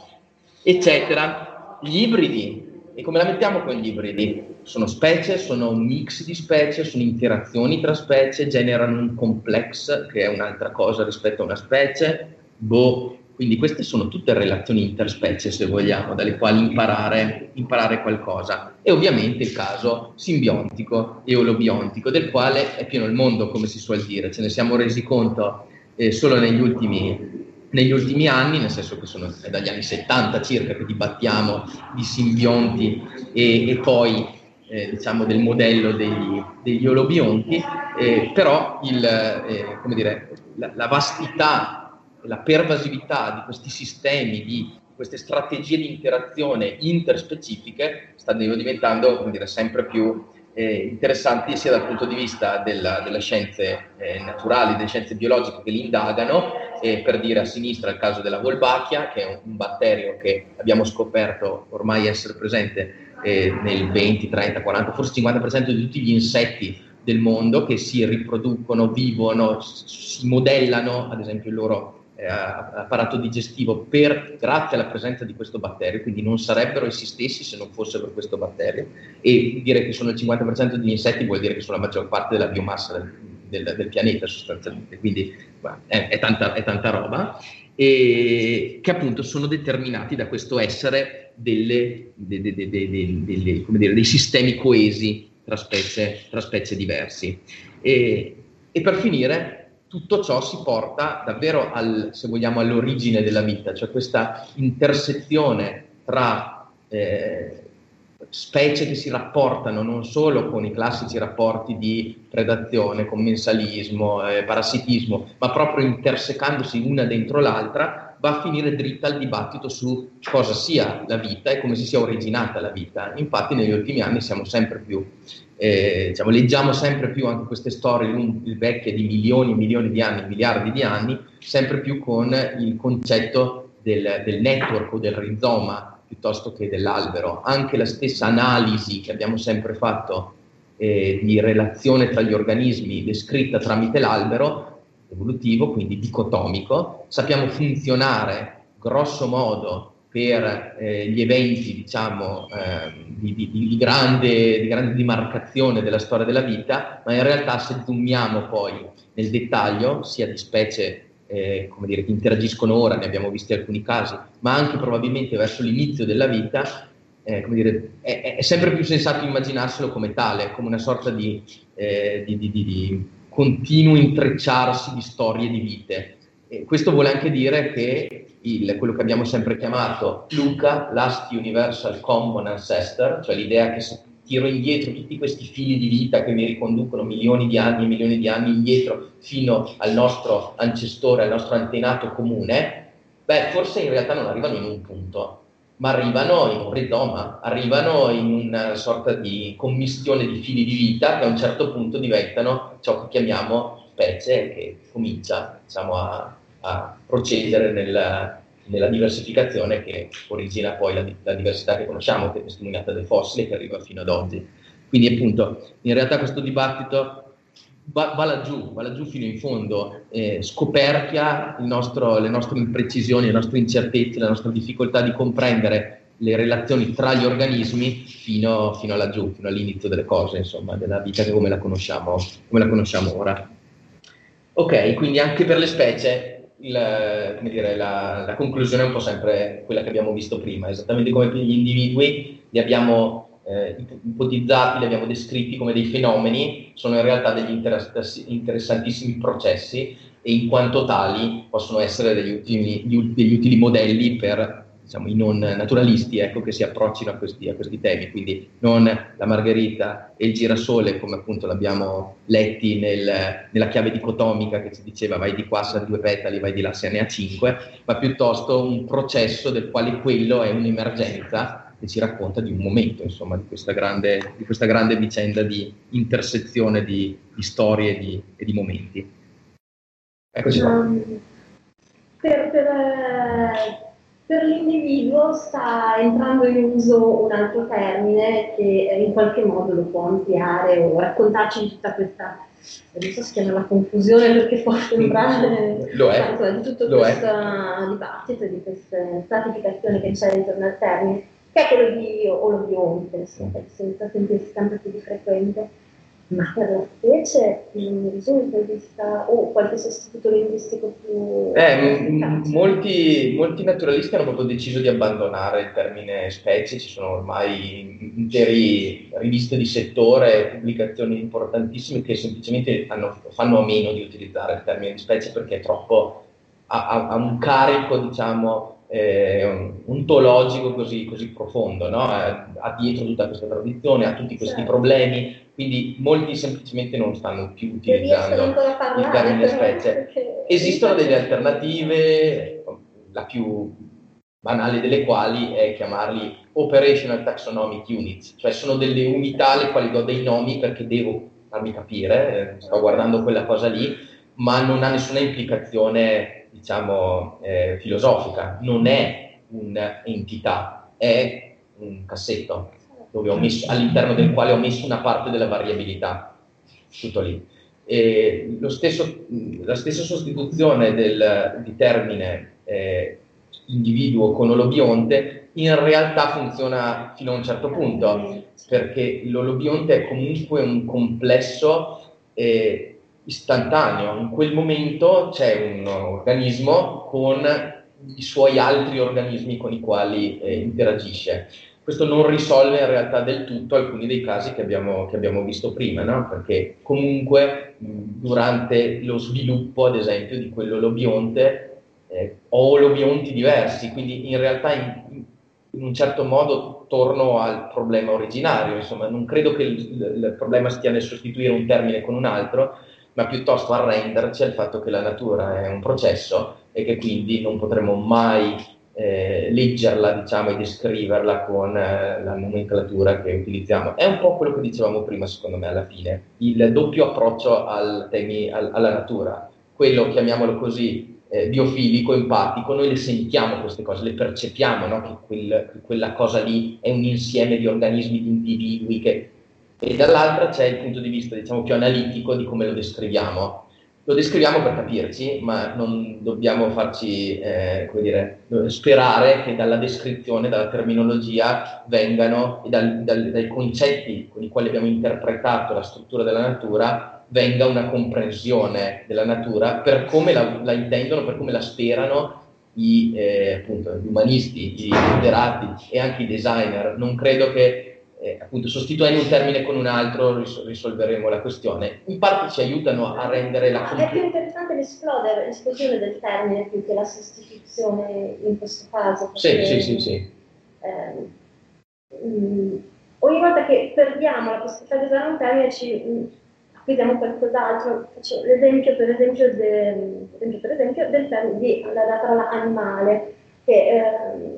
eccetera. Gli ibridi, e come la mettiamo con gli ibridi? Sono specie, sono un mix di specie, sono interazioni tra specie, generano un complex che è un'altra cosa rispetto a una specie, boh. Quindi queste sono tutte relazioni interspecie, se vogliamo, dalle quali imparare, imparare qualcosa. E ovviamente il caso simbiontico e olobiontico, del quale è pieno il mondo, come si suol dire. Ce ne siamo resi conto eh, solo negli ultimi, negli ultimi anni, nel senso che sono è dagli anni settanta circa che dibattiamo di simbionti e, e poi eh, diciamo del modello degli, degli olobionti, eh, però il, eh, come dire, la, la vastità, la pervasività di questi sistemi, di queste strategie di interazione interspecifiche stanno diventando, come dire, sempre più eh, interessanti sia dal punto di vista della, delle scienze eh, naturali, delle scienze biologiche che li indagano, eh, per dire a sinistra il caso della Wolbachia, che è un, un batterio che abbiamo scoperto ormai essere presente eh, nel venti, trenta, quaranta, forse cinquanta per cento di tutti gli insetti del mondo, che si riproducono, vivono, si modellano, ad esempio il loro apparato digestivo per, grazie alla presenza di questo batterio, quindi non sarebbero essi stessi se non fosse per questo batterio, e dire che sono il cinquanta per cento degli insetti vuol dire che sono la maggior parte della biomassa del, del, del pianeta sostanzialmente, quindi è, è, tanta, è tanta roba, e che appunto sono determinati da questo essere delle, de, de, de, de, de, delle, come dire, dei sistemi coesi tra specie, tra specie diversi. E, e per finire, tutto ciò si porta davvero, al, se vogliamo, all'origine della vita, cioè questa intersezione tra eh, specie che si rapportano non solo con i classici rapporti di predazione, commensalismo, eh, parassitismo, ma proprio intersecandosi una dentro l'altra, va a finire dritta il dibattito su cosa sia la vita e come si sia originata la vita. Infatti negli ultimi anni siamo sempre più Eh, diciamo, leggiamo sempre più anche queste storie lunghe, vecchie di milioni e milioni di anni, miliardi di anni, sempre più con il concetto del, del network o del rizoma piuttosto che dell'albero. Anche la stessa analisi che abbiamo sempre fatto eh, di relazione tra gli organismi descritta tramite l'albero evolutivo, quindi dicotomico, sappiamo funzionare grosso modo per eh, gli eventi, diciamo, eh, di, di, di, grande, di grande demarcazione della storia della vita, ma in realtà se zoomiamo poi nel dettaglio, sia di specie eh, come dire, che interagiscono ora, ne abbiamo visti alcuni casi, ma anche probabilmente verso l'inizio della vita, eh, come dire, è, è sempre più sensato immaginarselo come tale, come una sorta di, eh, di, di, di, di continuo intrecciarsi di storie di vite. E questo vuole anche dire che il, quello che abbiamo sempre chiamato Luca, Last Universal Common Ancestor, cioè l'idea che se tiro indietro tutti questi fili di vita che mi riconducono milioni di anni e milioni di anni indietro fino al nostro ancestore, al nostro antenato comune, beh, forse in realtà non arrivano in un punto, ma arrivano in un rizoma, arrivano in una sorta di commistione di fili di vita che a un certo punto diventano ciò che chiamiamo specie, che comincia, diciamo, a a procedere nella, nella diversificazione che origina poi la, la diversità che conosciamo, che è testimoniata dai fossili, che arriva fino ad oggi. Quindi appunto, in realtà questo dibattito va, va laggiù, va laggiù fino in fondo, eh, scoperchia il nostro, le nostre imprecisioni, le nostre incertezze, la nostra difficoltà di comprendere le relazioni tra gli organismi fino, fino a laggiù, fino all'inizio delle cose, insomma, della vita che come la conosciamo, come la conosciamo ora. Ok, quindi anche per le specie il, come dire, la, la conclusione è un po' sempre quella che abbiamo visto prima, esattamente come per gli individui li abbiamo eh, ipotizzati, li abbiamo descritti come dei fenomeni, sono in realtà degli interess- interessantissimi processi e in quanto tali possono essere degli utili, degli utili modelli per, diciamo, i non naturalisti, ecco, che si approccino a questi, a questi temi, quindi non la margherita e il girasole come appunto l'abbiamo letti nel, nella chiave dicotomica che ci diceva vai di qua se ha due petali, vai di là se ne ha cinque, ma piuttosto un processo del quale quello è un'emergenza che ci racconta di un momento, insomma, di questa grande, di questa grande vicenda di intersezione di, di storie e di, e di momenti. Eccoci qua. Um, per, per, per l'individuo sta entrando in uso un altro termine che in qualche modo lo può ampliare o raccontarci di tutta questa, non so se chiama la confusione perché può sembrare lo è, tanto, di tutto lo questo è. dibattito, di questa stratificazione che c'è intorno al termine, che è quello di olobionte, insomma, che sembra sentirsi sempre più di frequente. Ma per la specie non mi risulta esista o qualche sostituto linguistico più eh, m- molti, molti naturalisti hanno proprio deciso di abbandonare il termine specie, ci sono ormai intere riviste di settore, pubblicazioni importantissime che semplicemente hanno, fanno a meno di utilizzare il termine di specie perché è troppo, ha, ha, ha un carico, diciamo, eh, ontologico così, così profondo, no? Ha dietro tutta questa tradizione, ha tutti questi certo. problemi, quindi molti semplicemente non stanno più utilizzando il termine specie. Esistono delle alternative, la più banale delle quali è chiamarli Operational Taxonomic Units, cioè sono delle unità alle quali do dei nomi perché devo farmi capire, sto guardando quella cosa lì, ma non ha nessuna implicazione, diciamo, eh, filosofica, non è un'entità, è un cassetto dove ho messo, all'interno del quale ho messo una parte della variabilità, tutto lì. E lo stesso, la stessa sostituzione del, di termine eh, individuo con olobionte in realtà funziona fino a un certo punto, perché l'olobionte è comunque un complesso eh, istantaneo. In quel momento c'è un organismo con i suoi altri organismi con i quali eh, interagisce. Questo non risolve in realtà del tutto alcuni dei casi che abbiamo, che abbiamo visto prima, no? Perché comunque mh, durante lo sviluppo, ad esempio, di quell'olobionte eh, ho olobionti diversi, quindi in realtà in, in un certo modo torno al problema originario, insomma, non credo che il, il problema stia nel sostituire un termine con un altro, ma piuttosto arrenderci al fatto che la natura è un processo e che quindi non potremo mai Eh, leggerla, diciamo, e descriverla con eh, la nomenclatura che utilizziamo. È un po' quello che dicevamo prima, secondo me, alla fine, il doppio approccio al temi, al, alla natura, quello, chiamiamolo così, eh, biofilico, empatico, noi le sentiamo queste cose, le percepiamo, no? Che, quel, che quella cosa lì è un insieme di organismi, di individui, che... e dall'altra c'è il punto di vista, diciamo, più analitico di come lo descriviamo. Lo descriviamo per capirci, ma non dobbiamo farci, eh, come dire, sperare che dalla descrizione, dalla terminologia vengano, e dal, dal, dai concetti con i quali abbiamo interpretato la struttura della natura, venga una comprensione della natura per come la, la intendono, per come la sperano i, eh, appunto, gli umanisti, i literati e anche i designer. Non credo che Eh, appunto sostituendo un termine con un altro ris- risolveremo la questione. In parte ci aiutano a rendere la compl- è più interessante l'esplodere, l'esplosione del termine più che la sostituzione in questo caso. Sì, sì, sì, sì. Eh, mh, ogni volta che perdiamo la possibilità di usare un termine ci mh, acquisiamo qualcos'altro. Faccio l'esempio per esempio, de, esempio, per esempio del termine di, della parola animale che eh,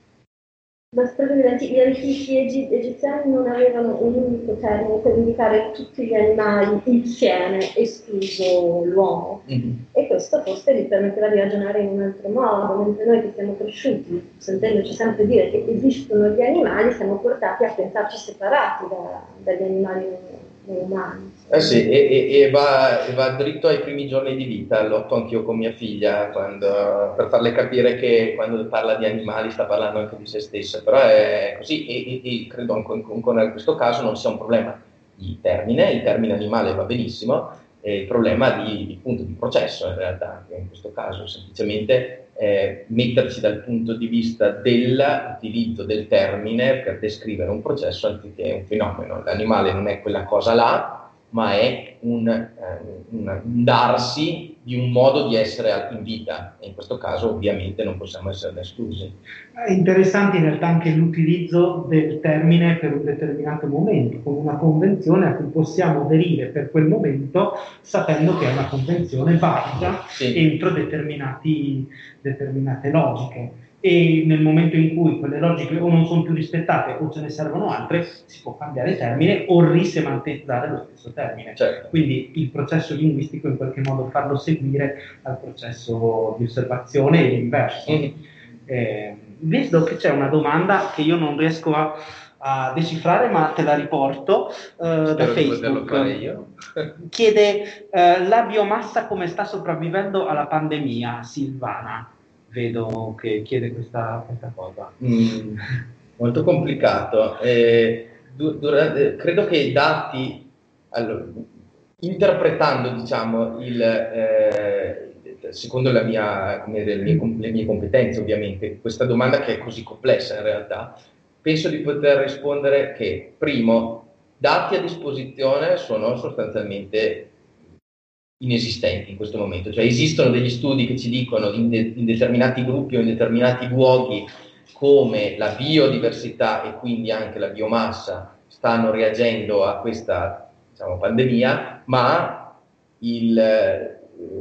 ma gli antichi egiziani non avevano un unico termine per indicare tutti gli animali insieme, escluso l'uomo. Mm-hmm. E questo forse gli permetteva di ragionare in un altro modo, mentre noi che siamo cresciuti, sentendoci sempre dire che esistono gli animali, siamo portati a pensarci separati da, dagli animali non umani. Eh sì, e, e, va, e va dritto ai primi giorni di vita, lotto anch'io con mia figlia, quando, per farle capire che quando parla di animali sta parlando anche di se stessa, però è così, e, e, e credo anche in questo caso non sia un problema di termine, il termine animale va benissimo, eh, il problema di, di, appunto, di processo in realtà, in questo caso semplicemente eh, metterci dal punto di vista dell'utilizzo del termine per descrivere un processo anziché un fenomeno. L'animale non è quella cosa là, ma è un, eh, un, un darsi di un modo di essere in vita, e in questo caso ovviamente non possiamo esserne esclusi. È interessante in realtà anche l'utilizzo del termine per un determinato momento, con una convenzione a cui possiamo aderire per quel momento, sapendo che è una convenzione valida sì. entro determinati, determinate logiche. E nel momento in cui quelle logiche o non sono più rispettate o ce ne servono altre, si può cambiare termine o risemantizzare lo stesso termine. Certo. Quindi il processo linguistico in qualche modo farlo seguire al processo di osservazione e l'inverso. Mm. Eh, vedo che c'è una domanda che io non riesco a, a decifrare, ma te la riporto eh, da Facebook. Fare io. Chiede eh, la biomassa come sta sopravvivendo alla pandemia, Silvana. Vedo che chiede questa, questa cosa. Mm, molto complicato. Eh, du- durante, credo che i dati, allora, interpretando diciamo il, eh, secondo la mia, le, mie, le mie competenze ovviamente, questa domanda che è così complessa in realtà, penso di poter rispondere che, primo, dati a disposizione sono sostanzialmente inesistenti in questo momento, cioè esistono degli studi che ci dicono in, de- in determinati gruppi o in determinati luoghi come la biodiversità e quindi anche la biomassa stanno reagendo a questa, diciamo, pandemia, ma il, eh,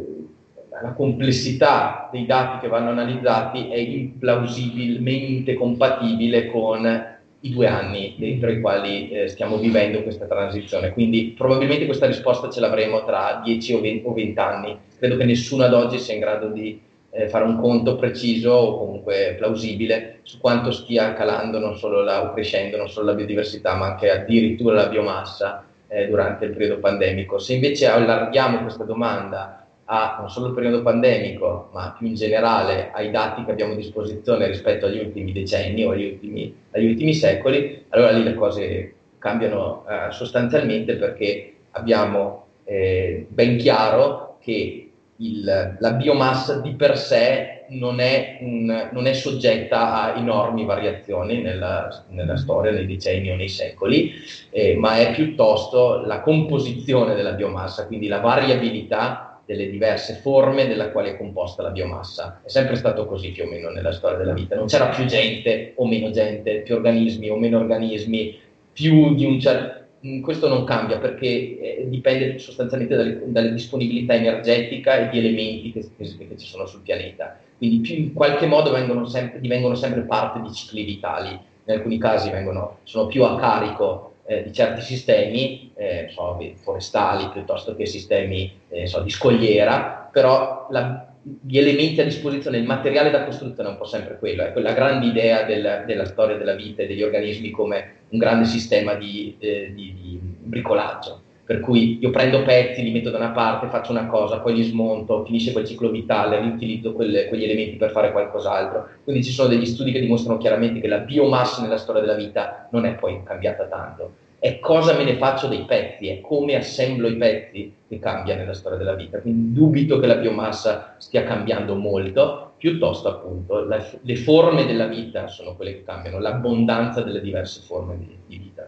la complessità dei dati che vanno analizzati è implausibilmente compatibile con i due anni dentro i quali eh, stiamo vivendo questa transizione, quindi probabilmente questa risposta ce l'avremo tra dieci o venti anni. Credo che nessuno ad oggi sia in grado di eh, fare un conto preciso o comunque plausibile su quanto stia calando non solo la, o crescendo non solo la biodiversità, ma anche addirittura la biomassa eh, durante il periodo pandemico. Se invece allarghiamo questa domanda a non solo il periodo pandemico, ma più in generale ai dati che abbiamo a disposizione rispetto agli ultimi decenni o agli ultimi, agli ultimi secoli, allora lì le cose cambiano eh, sostanzialmente, perché abbiamo eh, ben chiaro che il, la biomassa di per sé non è, un, non è soggetta a enormi variazioni nella, nella storia, nei decenni o nei secoli, eh, ma è piuttosto la composizione della biomassa, quindi la variabilità delle diverse forme della quale è composta la biomassa. È sempre stato così più o meno nella storia della vita, non c'era più gente o meno gente, più organismi o meno organismi, più di un certo... Questo non cambia, perché eh, dipende sostanzialmente dalle, dalle disponibilità energetica e di elementi che, che, che ci sono sul pianeta. Quindi più, in qualche modo vengono sempre, divengono sempre parte di cicli vitali. In alcuni casi vengono, sono più a carico Eh, di certi sistemi eh, so, forestali piuttosto che sistemi eh, so, di scogliera, però la, gli elementi a disposizione, il materiale da costruzione è un po' sempre quello, è quella grande idea del, della storia della vita e degli organismi come un grande sistema di, eh, di, di bricolaggio, per cui io prendo pezzi, li metto da una parte, faccio una cosa, poi li smonto, finisce quel ciclo vitale, riutilizzo quelle, quegli elementi per fare qualcos'altro. Quindi ci sono degli studi che dimostrano chiaramente che la biomassa nella storia della vita non è poi cambiata tanto. È cosa me ne faccio dei pezzi, è come assemblo i pezzi che cambia nella storia della vita. Quindi dubito che la biomassa stia cambiando molto, piuttosto appunto la, le forme della vita sono quelle che cambiano, l'abbondanza delle diverse forme di, di vita.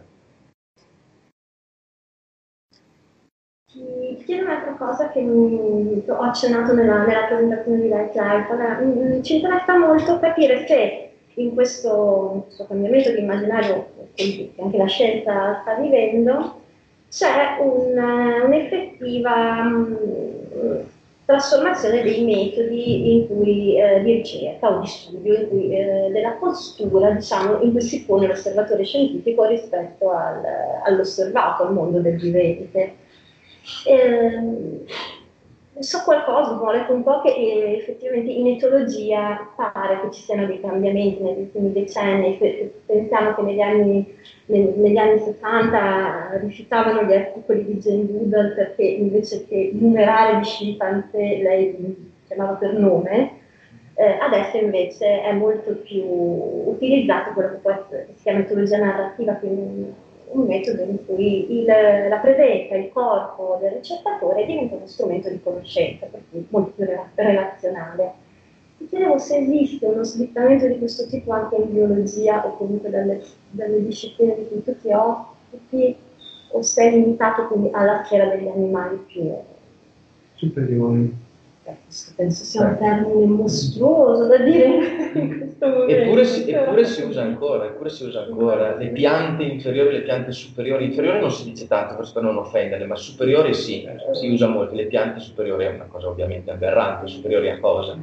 Ti chiedo un'altra cosa che mi, ho accennato nella, nella presentazione di Life Life. Allora, mi, ci interessa molto capire se in questo, in questo cambiamento di immaginario che anche la scienza sta vivendo c'è un, un'effettiva mh, trasformazione dei metodi in cui, eh, di ricerca o di studio, in cui, eh, della postura, diciamo, in cui si pone l'osservatore scientifico rispetto al, all'osservato, al mondo del vivente. Eh, so qualcosa, ho letto un po' che eh, effettivamente in etologia pare che ci siano dei cambiamenti negli ultimi decenni. Pensiamo che negli anni, negli anni sessanta rifiutavano gli articoli di Jane Goodall perché invece che numerare di scimpanzé lei li chiamava per nome. Eh, adesso invece è molto più utilizzato quello che poi si chiama etologia narrativa, quindi un metodo in cui il, la presenza, il corpo del ricercatore diventa uno strumento di conoscenza, per cui molto più relazionale. Mi chiedevo se esiste uno slittamento di questo tipo anche in biologia o comunque dalle, dalle discipline di cui tu ti occupi, o sei limitato quindi alla sfera degli animali più superiori. Questo penso sia un termine mostruoso da dire in questo momento. Eppure si, eppure si usa ancora, eppure si usa ancora. Le piante inferiori, le piante superiori. Inferiori non si dice tanto per non offenderle, ma superiori sì, si usa molto. Le piante superiori è una cosa ovviamente aberrante, superiori a cosa.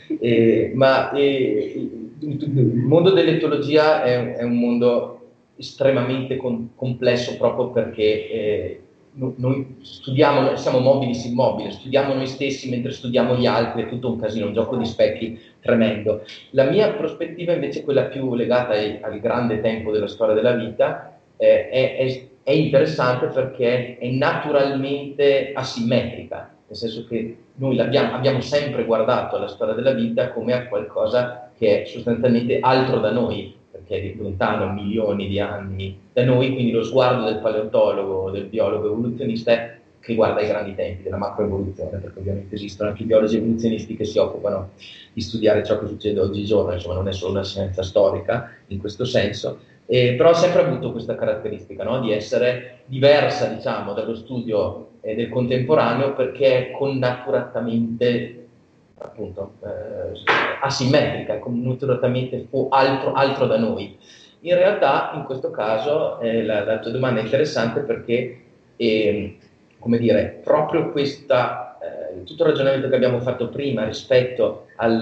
Eh, ma eh, il mondo dell'etologia è, è un mondo estremamente con, complesso proprio perché eh, noi studiamo, siamo mobili su immobili, studiamo noi stessi mentre studiamo gli altri, è tutto un casino, un gioco di specchi tremendo. La mia prospettiva invece è quella più legata ai, al grande tempo della storia della vita, eh, è, è, è interessante perché è naturalmente asimmetrica, nel senso che noi abbiamo sempre guardato alla storia della vita come a qualcosa che è sostanzialmente altro da noi, perché è lontano milioni di anni da noi, quindi lo sguardo del paleontologo, del biologo evoluzionista che guarda i grandi tempi della macroevoluzione, perché ovviamente esistono anche i biologi evoluzionisti che si occupano di studiare ciò che succede oggigiorno, insomma non è solo una scienza storica in questo senso, eh, però ha sempre avuto questa caratteristica, no? Di essere diversa, diciamo, dallo studio eh, del contemporaneo perché è connaturatamente appunto eh, asimmetrica, connaturatamente altro, altro da noi. In realtà in questo caso eh, la, la tua domanda è interessante perché eh, come dire, proprio questa eh, tutto il ragionamento che abbiamo fatto prima rispetto al,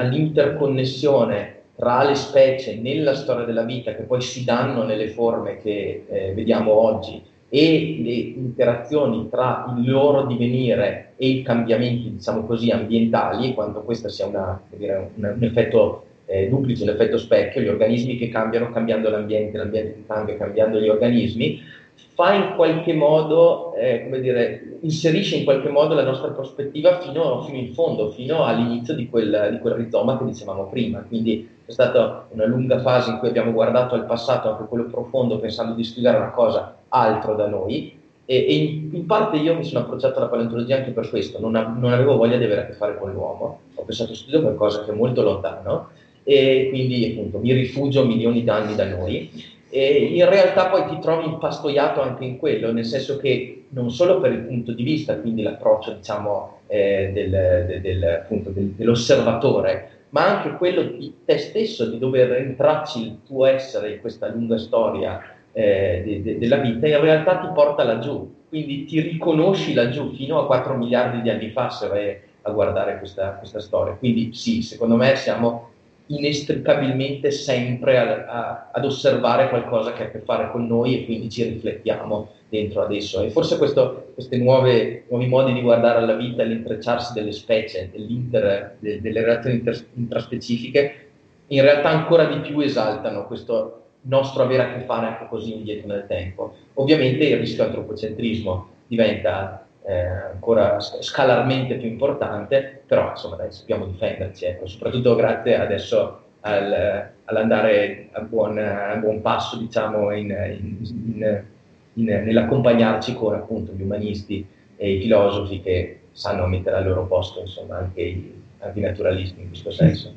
all'interconnessione tra le specie nella storia della vita che poi si danno nelle forme che eh, vediamo oggi e le interazioni tra il loro divenire e i cambiamenti, diciamo così, ambientali, quanto questo sia una, dire, un, un effetto eh, duplice, un effetto specchio, gli organismi che cambiano cambiando l'ambiente, l'ambiente che cambia cambiando gli organismi, fa in qualche modo, eh, come dire, inserisce in qualche modo la nostra prospettiva fino, fino in fondo, fino all'inizio di quel, di quel rizoma che dicevamo prima. Quindi è stata una lunga fase in cui abbiamo guardato al passato, anche quello profondo, pensando di studiare una cosa altro da noi, e, e in, in parte io mi sono approcciato alla paleontologia anche per questo, non, a, non avevo voglia di avere a che fare con l'uomo, ho pensato studio qualcosa che è molto lontano, e quindi appunto mi rifugio milioni d'anni da noi. E in realtà poi ti trovi impastoiato anche in quello, nel senso che non solo per il punto di vista, quindi l'approccio diciamo eh, del, del, del, appunto, del, dell'osservatore, ma anche quello di te stesso, di dover entrarci il tuo essere in questa lunga storia eh, de, de, della vita, in realtà ti porta laggiù, quindi ti riconosci laggiù fino a quattro miliardi di anni fa se vai a guardare questa, questa storia. Quindi sì, secondo me siamo inestricabilmente sempre a, a, ad osservare qualcosa che ha a che fare con noi e quindi ci riflettiamo dentro adesso. E forse questo, questi nuovi modi di guardare alla vita, l'intrecciarsi delle specie, dell'inter, de, delle relazioni inter, intraspecifiche, in realtà ancora di più esaltano questo nostro avere a che fare anche così indietro nel tempo. Ovviamente il rischio antropocentrismo diventa Eh, ancora scalarmente più importante, però insomma dai, sappiamo difenderci, ecco, soprattutto grazie adesso al, all'andare a buon, a buon passo diciamo in, in, in, in, nell'accompagnarci con appunto gli umanisti e i filosofi che sanno mettere al loro posto insomma anche i, anche i naturalisti in questo senso.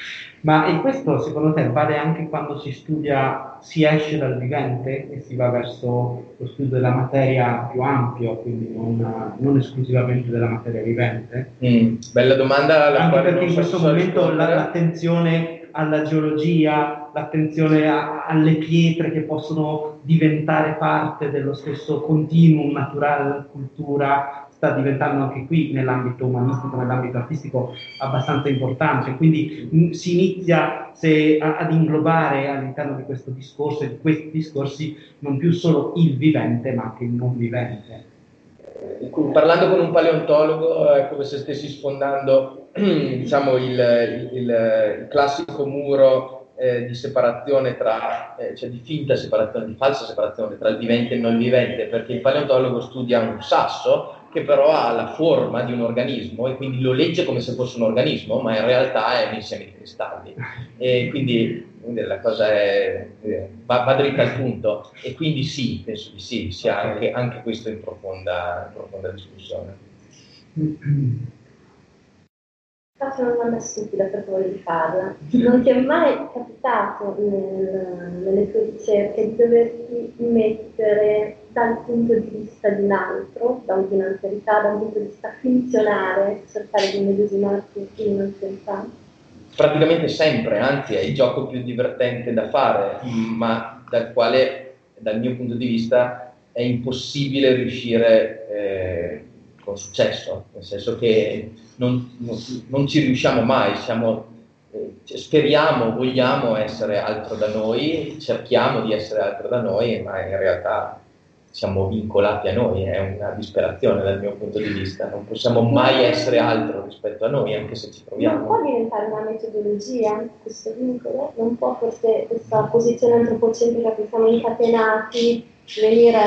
Ma in questo secondo te vale anche quando si studia, si esce dal vivente e si va verso lo studio della materia più ampio, quindi non, non esclusivamente della materia vivente? Mm, bella domanda. Alla anche quale perché in so questo momento la, l'attenzione alla geologia, l'attenzione a, alle pietre che possono diventare parte dello stesso continuum naturale della cultura sta diventando anche qui nell'ambito umanistico, nell'ambito artistico abbastanza importante, quindi mh, si inizia se, a, ad inglobare all'interno di questo discorso e di questi discorsi non più solo il vivente ma anche il non vivente. Parlando con un paleontologo è come se stessi sfondando diciamo il, il, il, il classico muro eh, di separazione tra, eh, cioè di finta separazione, di falsa separazione tra il vivente e il non vivente, perché il paleontologo studia un sasso che però ha la forma di un organismo e quindi lo legge come se fosse un organismo, ma in realtà è un insieme di cristalli. E quindi quindi la cosa è, eh, va, va dritta al punto, e quindi sì, penso di sì, sia anche, anche questo in profonda, in profonda discussione. Faccio una domanda stupida per voi di farla. Non ti è mai capitato nel, nelle tue ricerche di doverti mettere dal punto di vista di un altro, da un'alterità, da un punto di vista funzionale, cercare di medesimarti in un'alterità? Praticamente sempre, anzi è il gioco più divertente da fare, ma dal quale, dal mio punto di vista, è impossibile riuscire eh, con successo, nel senso che non, non, non ci riusciamo mai, siamo, eh, speriamo, vogliamo essere altro da noi, cerchiamo di essere altro da noi, ma in realtà siamo vincolati a noi, è una disperazione dal mio punto di vista, non possiamo mai essere altro rispetto a noi, anche se ci proviamo. Non può diventare una metodologia questo vincolo? Non può forse questa posizione antropocentrica che siamo incatenati venire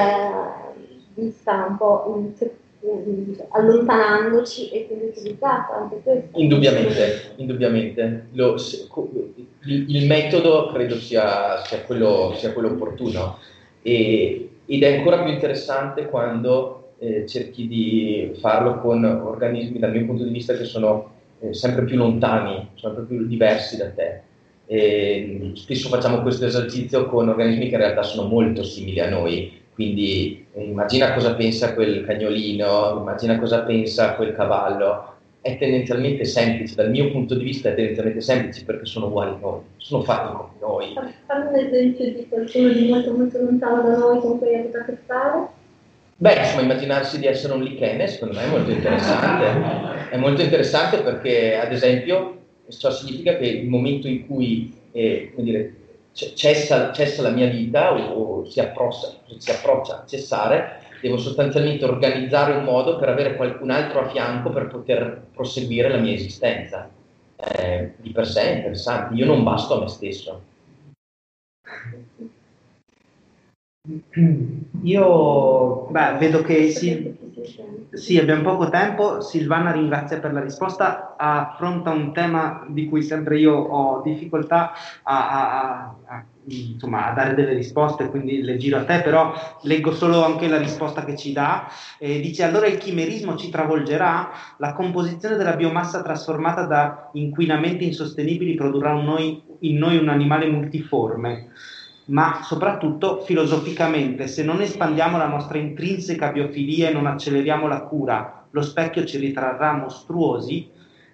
vista un po' in, in, allontanandoci e quindi utilizzata anche questo? Indubbiamente, indubbiamente. Lo, se, il, il metodo credo sia, sia, quello, sia quello opportuno. E, ed è ancora più interessante quando eh, cerchi di farlo con organismi, dal mio punto di vista, che sono eh, sempre più lontani, sempre più diversi da te. E spesso facciamo questo esercizio con organismi che in realtà sono molto simili a noi, quindi eh, immagina cosa pensa quel cagnolino, immagina cosa pensa quel cavallo. È tendenzialmente semplice, dal mio punto di vista è tendenzialmente semplice perché sono uguali a noi, sono fatti come noi. Fammi un esempio di qualcuno di molto molto lontano da noi con cui hai avuto a che fare? Beh, insomma, immaginarsi di essere un lichene secondo me è molto interessante. È molto interessante perché, ad esempio, ciò significa che il momento in cui eh, come dire, cessa, cessa la mia vita o, o si, approccia, si approccia a cessare, devo sostanzialmente organizzare un modo per avere qualcun altro a fianco per poter proseguire la mia esistenza. Eh, di per sé è interessante, io non basto a me stesso. Io beh, vedo che sì, sì, abbiamo poco tempo. Silvana ringrazia per la risposta, affronta un tema di cui sempre io ho difficoltà a, a, a, insomma, a dare delle risposte, quindi le giro a te, però leggo solo anche la risposta che ci dà. Eh, dice: allora il chimerismo ci travolgerà? La composizione della biomassa trasformata da inquinamenti insostenibili produrrà un noi, in noi un animale multiforme. Ma soprattutto filosoficamente, se non espandiamo la nostra intrinseca biofilia e non acceleriamo la cura, lo specchio ci ritrarrà mostruosi.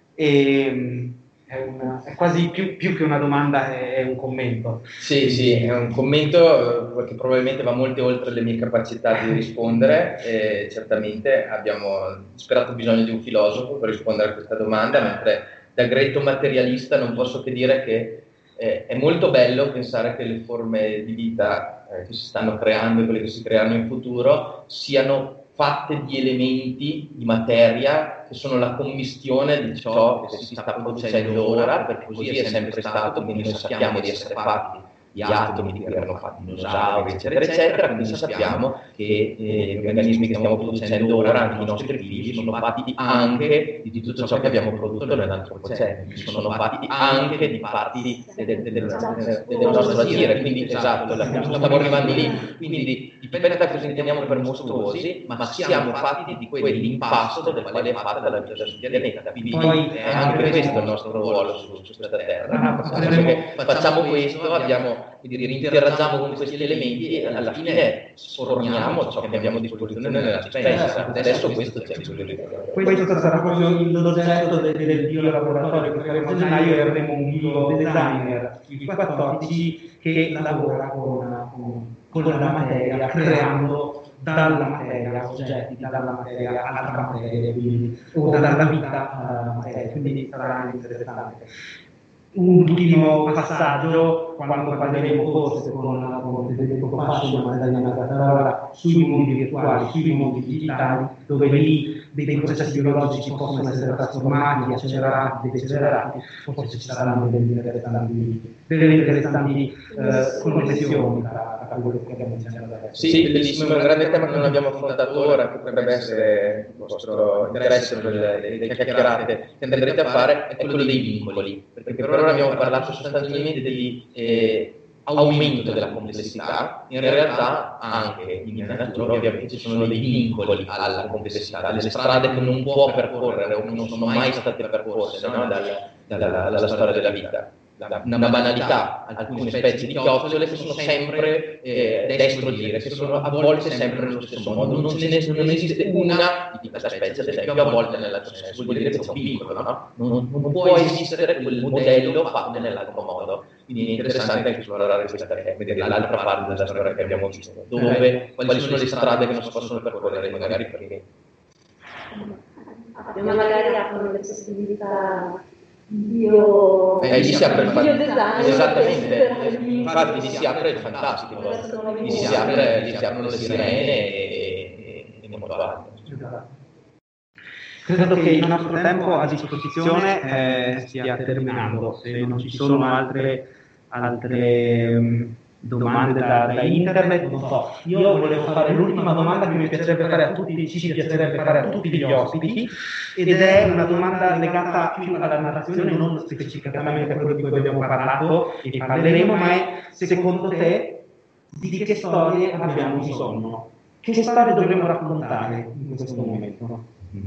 E, è, una, è quasi più, più che una domanda, è, è un commento. Sì, sì, è un commento che probabilmente va molto oltre le mie capacità di rispondere. E certamente abbiamo disperato bisogno di un filosofo per rispondere a questa domanda, mentre da greto materialista non posso che dire che Eh, è molto bello pensare che le forme di vita eh, che si stanno creando e quelle che si creeranno in futuro siano fatte di elementi, di materia, che sono la commistione di ciò che si sta producendo ora, perché così è sempre stato, quindi noi sappiamo di essere fatti di atomi di cui erano fatti dinosauri, eccetera, eccetera, quindi sappiamo che eh, gli organismi che stiamo producendo ora, anche i nostri figli, sono fatti anche di tutto ciò che abbiamo prodotto nell'antropocene, sono fatti anche di parti del, del, del, del, del nostro agire, quindi esatto, la, stiamo arrivando lì, quindi dipende da cosa intendiamo per mostruosi, ma siamo fatti di quell'impasto del quale è fatta la vita sul pianeta, quindi poi è anche questo il nostro ruolo su, su questa terra, facciamo questo, abbiamo quindi interagiamo con questi elementi e alla fine sforniamo ciò che abbiamo a disposizione nella dispensa. Adesso questo c'è. Questo sarà proprio l'oggetto del, del biolaboratorio che faremo a gennaio, e avremo un biodesigner, il quattordici, che lavora con, con la materia, creando dalla materia oggetti, dalla materia altra materia, quindi, o dalla vita alla materia, quindi sarà interessante. Un ultimo passaggio, quando parleremo forse con, con Federico Fasci, ma Maddalena Gattarola, sui mondi virtuali, sui mondi digitali, dove lì dei processi biologici possono essere trasformati, accelerati, decelerati, forse ci saranno delle interessanti, delle interessanti eh, connessioni tra, tra quello che abbiamo dicendo adesso. Sì, bellissimo, è un grande tema che non abbiamo affrontato ora, che potrebbe essere il vostro interesse per le, le chiacchierate che andrete a fare, è quello dei vincoli, perché per ora abbiamo parlato sostanzialmente di eh, aumento della complessità, in realtà anche in natura ovviamente ci sono dei vincoli alla complessità, delle strade che non può percorrere o che non sono mai state percorse, no? dalla, dalla, dalla storia della vita. Una banalità, alcune specie di chiocciole che sono sempre eh, destro dire, che sono avvolte sempre nello stesso modo, non, ce ne, non esiste una di questa specie, ad esempio, avvolta nell'altro senso, vuol dire che c'è un vincolo, no? Non, non può esistere quel modello fatto nell'altro modo. Quindi è interessante anche esplorare questa, vedere l'altra parte della storia che abbiamo visto, dove, quali sono le strade che non si possono percorrere, magari perché. Magari aprono le possibilità. Bio, eh, lì si apre il fan- esattamente, infatti lì si apre il fantastico, lì si, apre, lì si aprono le sirene e, e, e molto altro. Credo che il nostro tempo a disposizione eh, stia terminando, se non ci sono altre, altre um, domande da, da internet, non so. Io volevo fare l'ultima domanda che mi piacerebbe fare a tutti, ci piacerebbe fare a tutti gli ospiti, ed è una domanda legata più alla narrazione, non specificatamente a quello di cui abbiamo parlato e parleremo, ma è, secondo te, di che storie abbiamo bisogno? Che storie dovremmo raccontare in questo momento?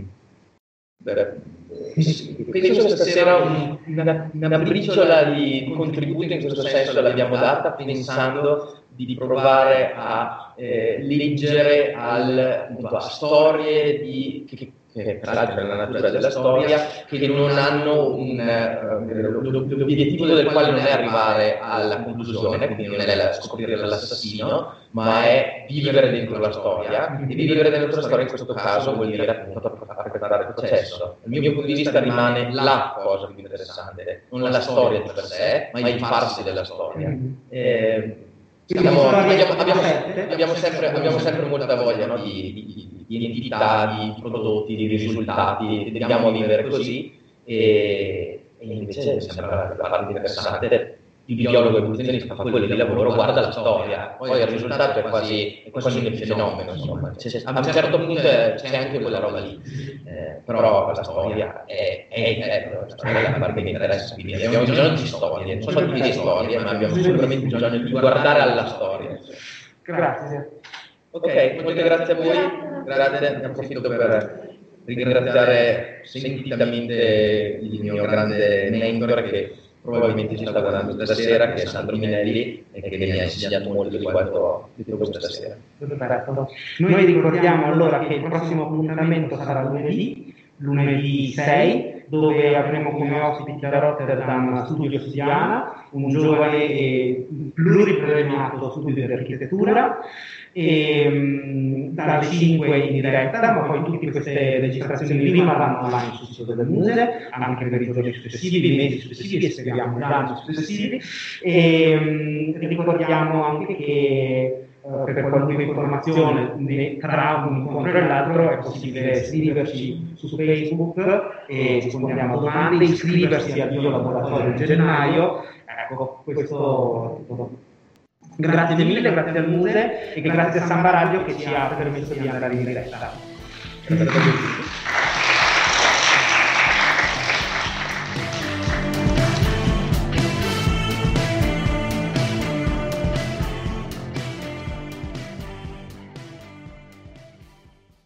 Beh, penso che stasera un, una, una briciola di contributo in questo senso l'abbiamo data, pensando di provare a eh, leggere al, appunto, a storie di, che, che peraltro nella natura della storia, che non hanno un, uh, l'obiettivo del quale non è arrivare alla conclusione, quindi non è la, scoprire l'assassino, ma è vivere dentro la storia, e vivere dentro la storia in questo caso vuol dire appunto apprezzare il processo. Dal mio punto di vista rimane la cosa più interessante, non la storia di per sé, ma il farsi della storia. Eh, Abbiamo, abbiamo, abbiamo, abbiamo, sempre, abbiamo sempre molta voglia, no? di, di, di identità, di prodotti, di risultati, tendiamo a vivere così, e, e invece sembra la parte interessante. Il biologo evoluzionista fa quello di lavoro, guarda la storia, poi il risultato è quasi, è quasi un fenomeno, insomma. C'è, a un certo punto c'è anche quella roba lì, eh, però la storia è, è, è la storia è la parte che mi interessa, quindi abbiamo bisogno di storie, non solo di storie, ma abbiamo sicuramente bisogno di guardare alla storia. Grazie. Ok, molte grazie a voi, grazie, ne approfitto per ringraziare sentitamente il mio grande mentor che probabilmente ci sta guardando stasera, che è Sandro Minelli, e che mi ha insegnato molto di quanto di questa sera. Perfetto. Noi ricordiamo allora che il prossimo appuntamento sarà lunedì, lunedì sei, dove avremo come ospiti da Rotterdam Studio Sidiana, un giovane e pluripremiato studio di architettura, e, um, dalle cinque in diretta, ma poi tutte queste registrazioni rimarranno online sul sito del Muse anche per i giorni successivi, i mesi successivi, e speriamo gli anni successivi. E um, ricordiamo anche che uh, per qualunque informazione tra un incontro e l'altro è possibile scriverci su Facebook e rispondiamo a domande, iscriversi al mio laboratorio di gennaio. Ecco, questo. Grazie mille, grazie al Muse e grazie a Samba Radio che ci ha permesso di andare in diretta.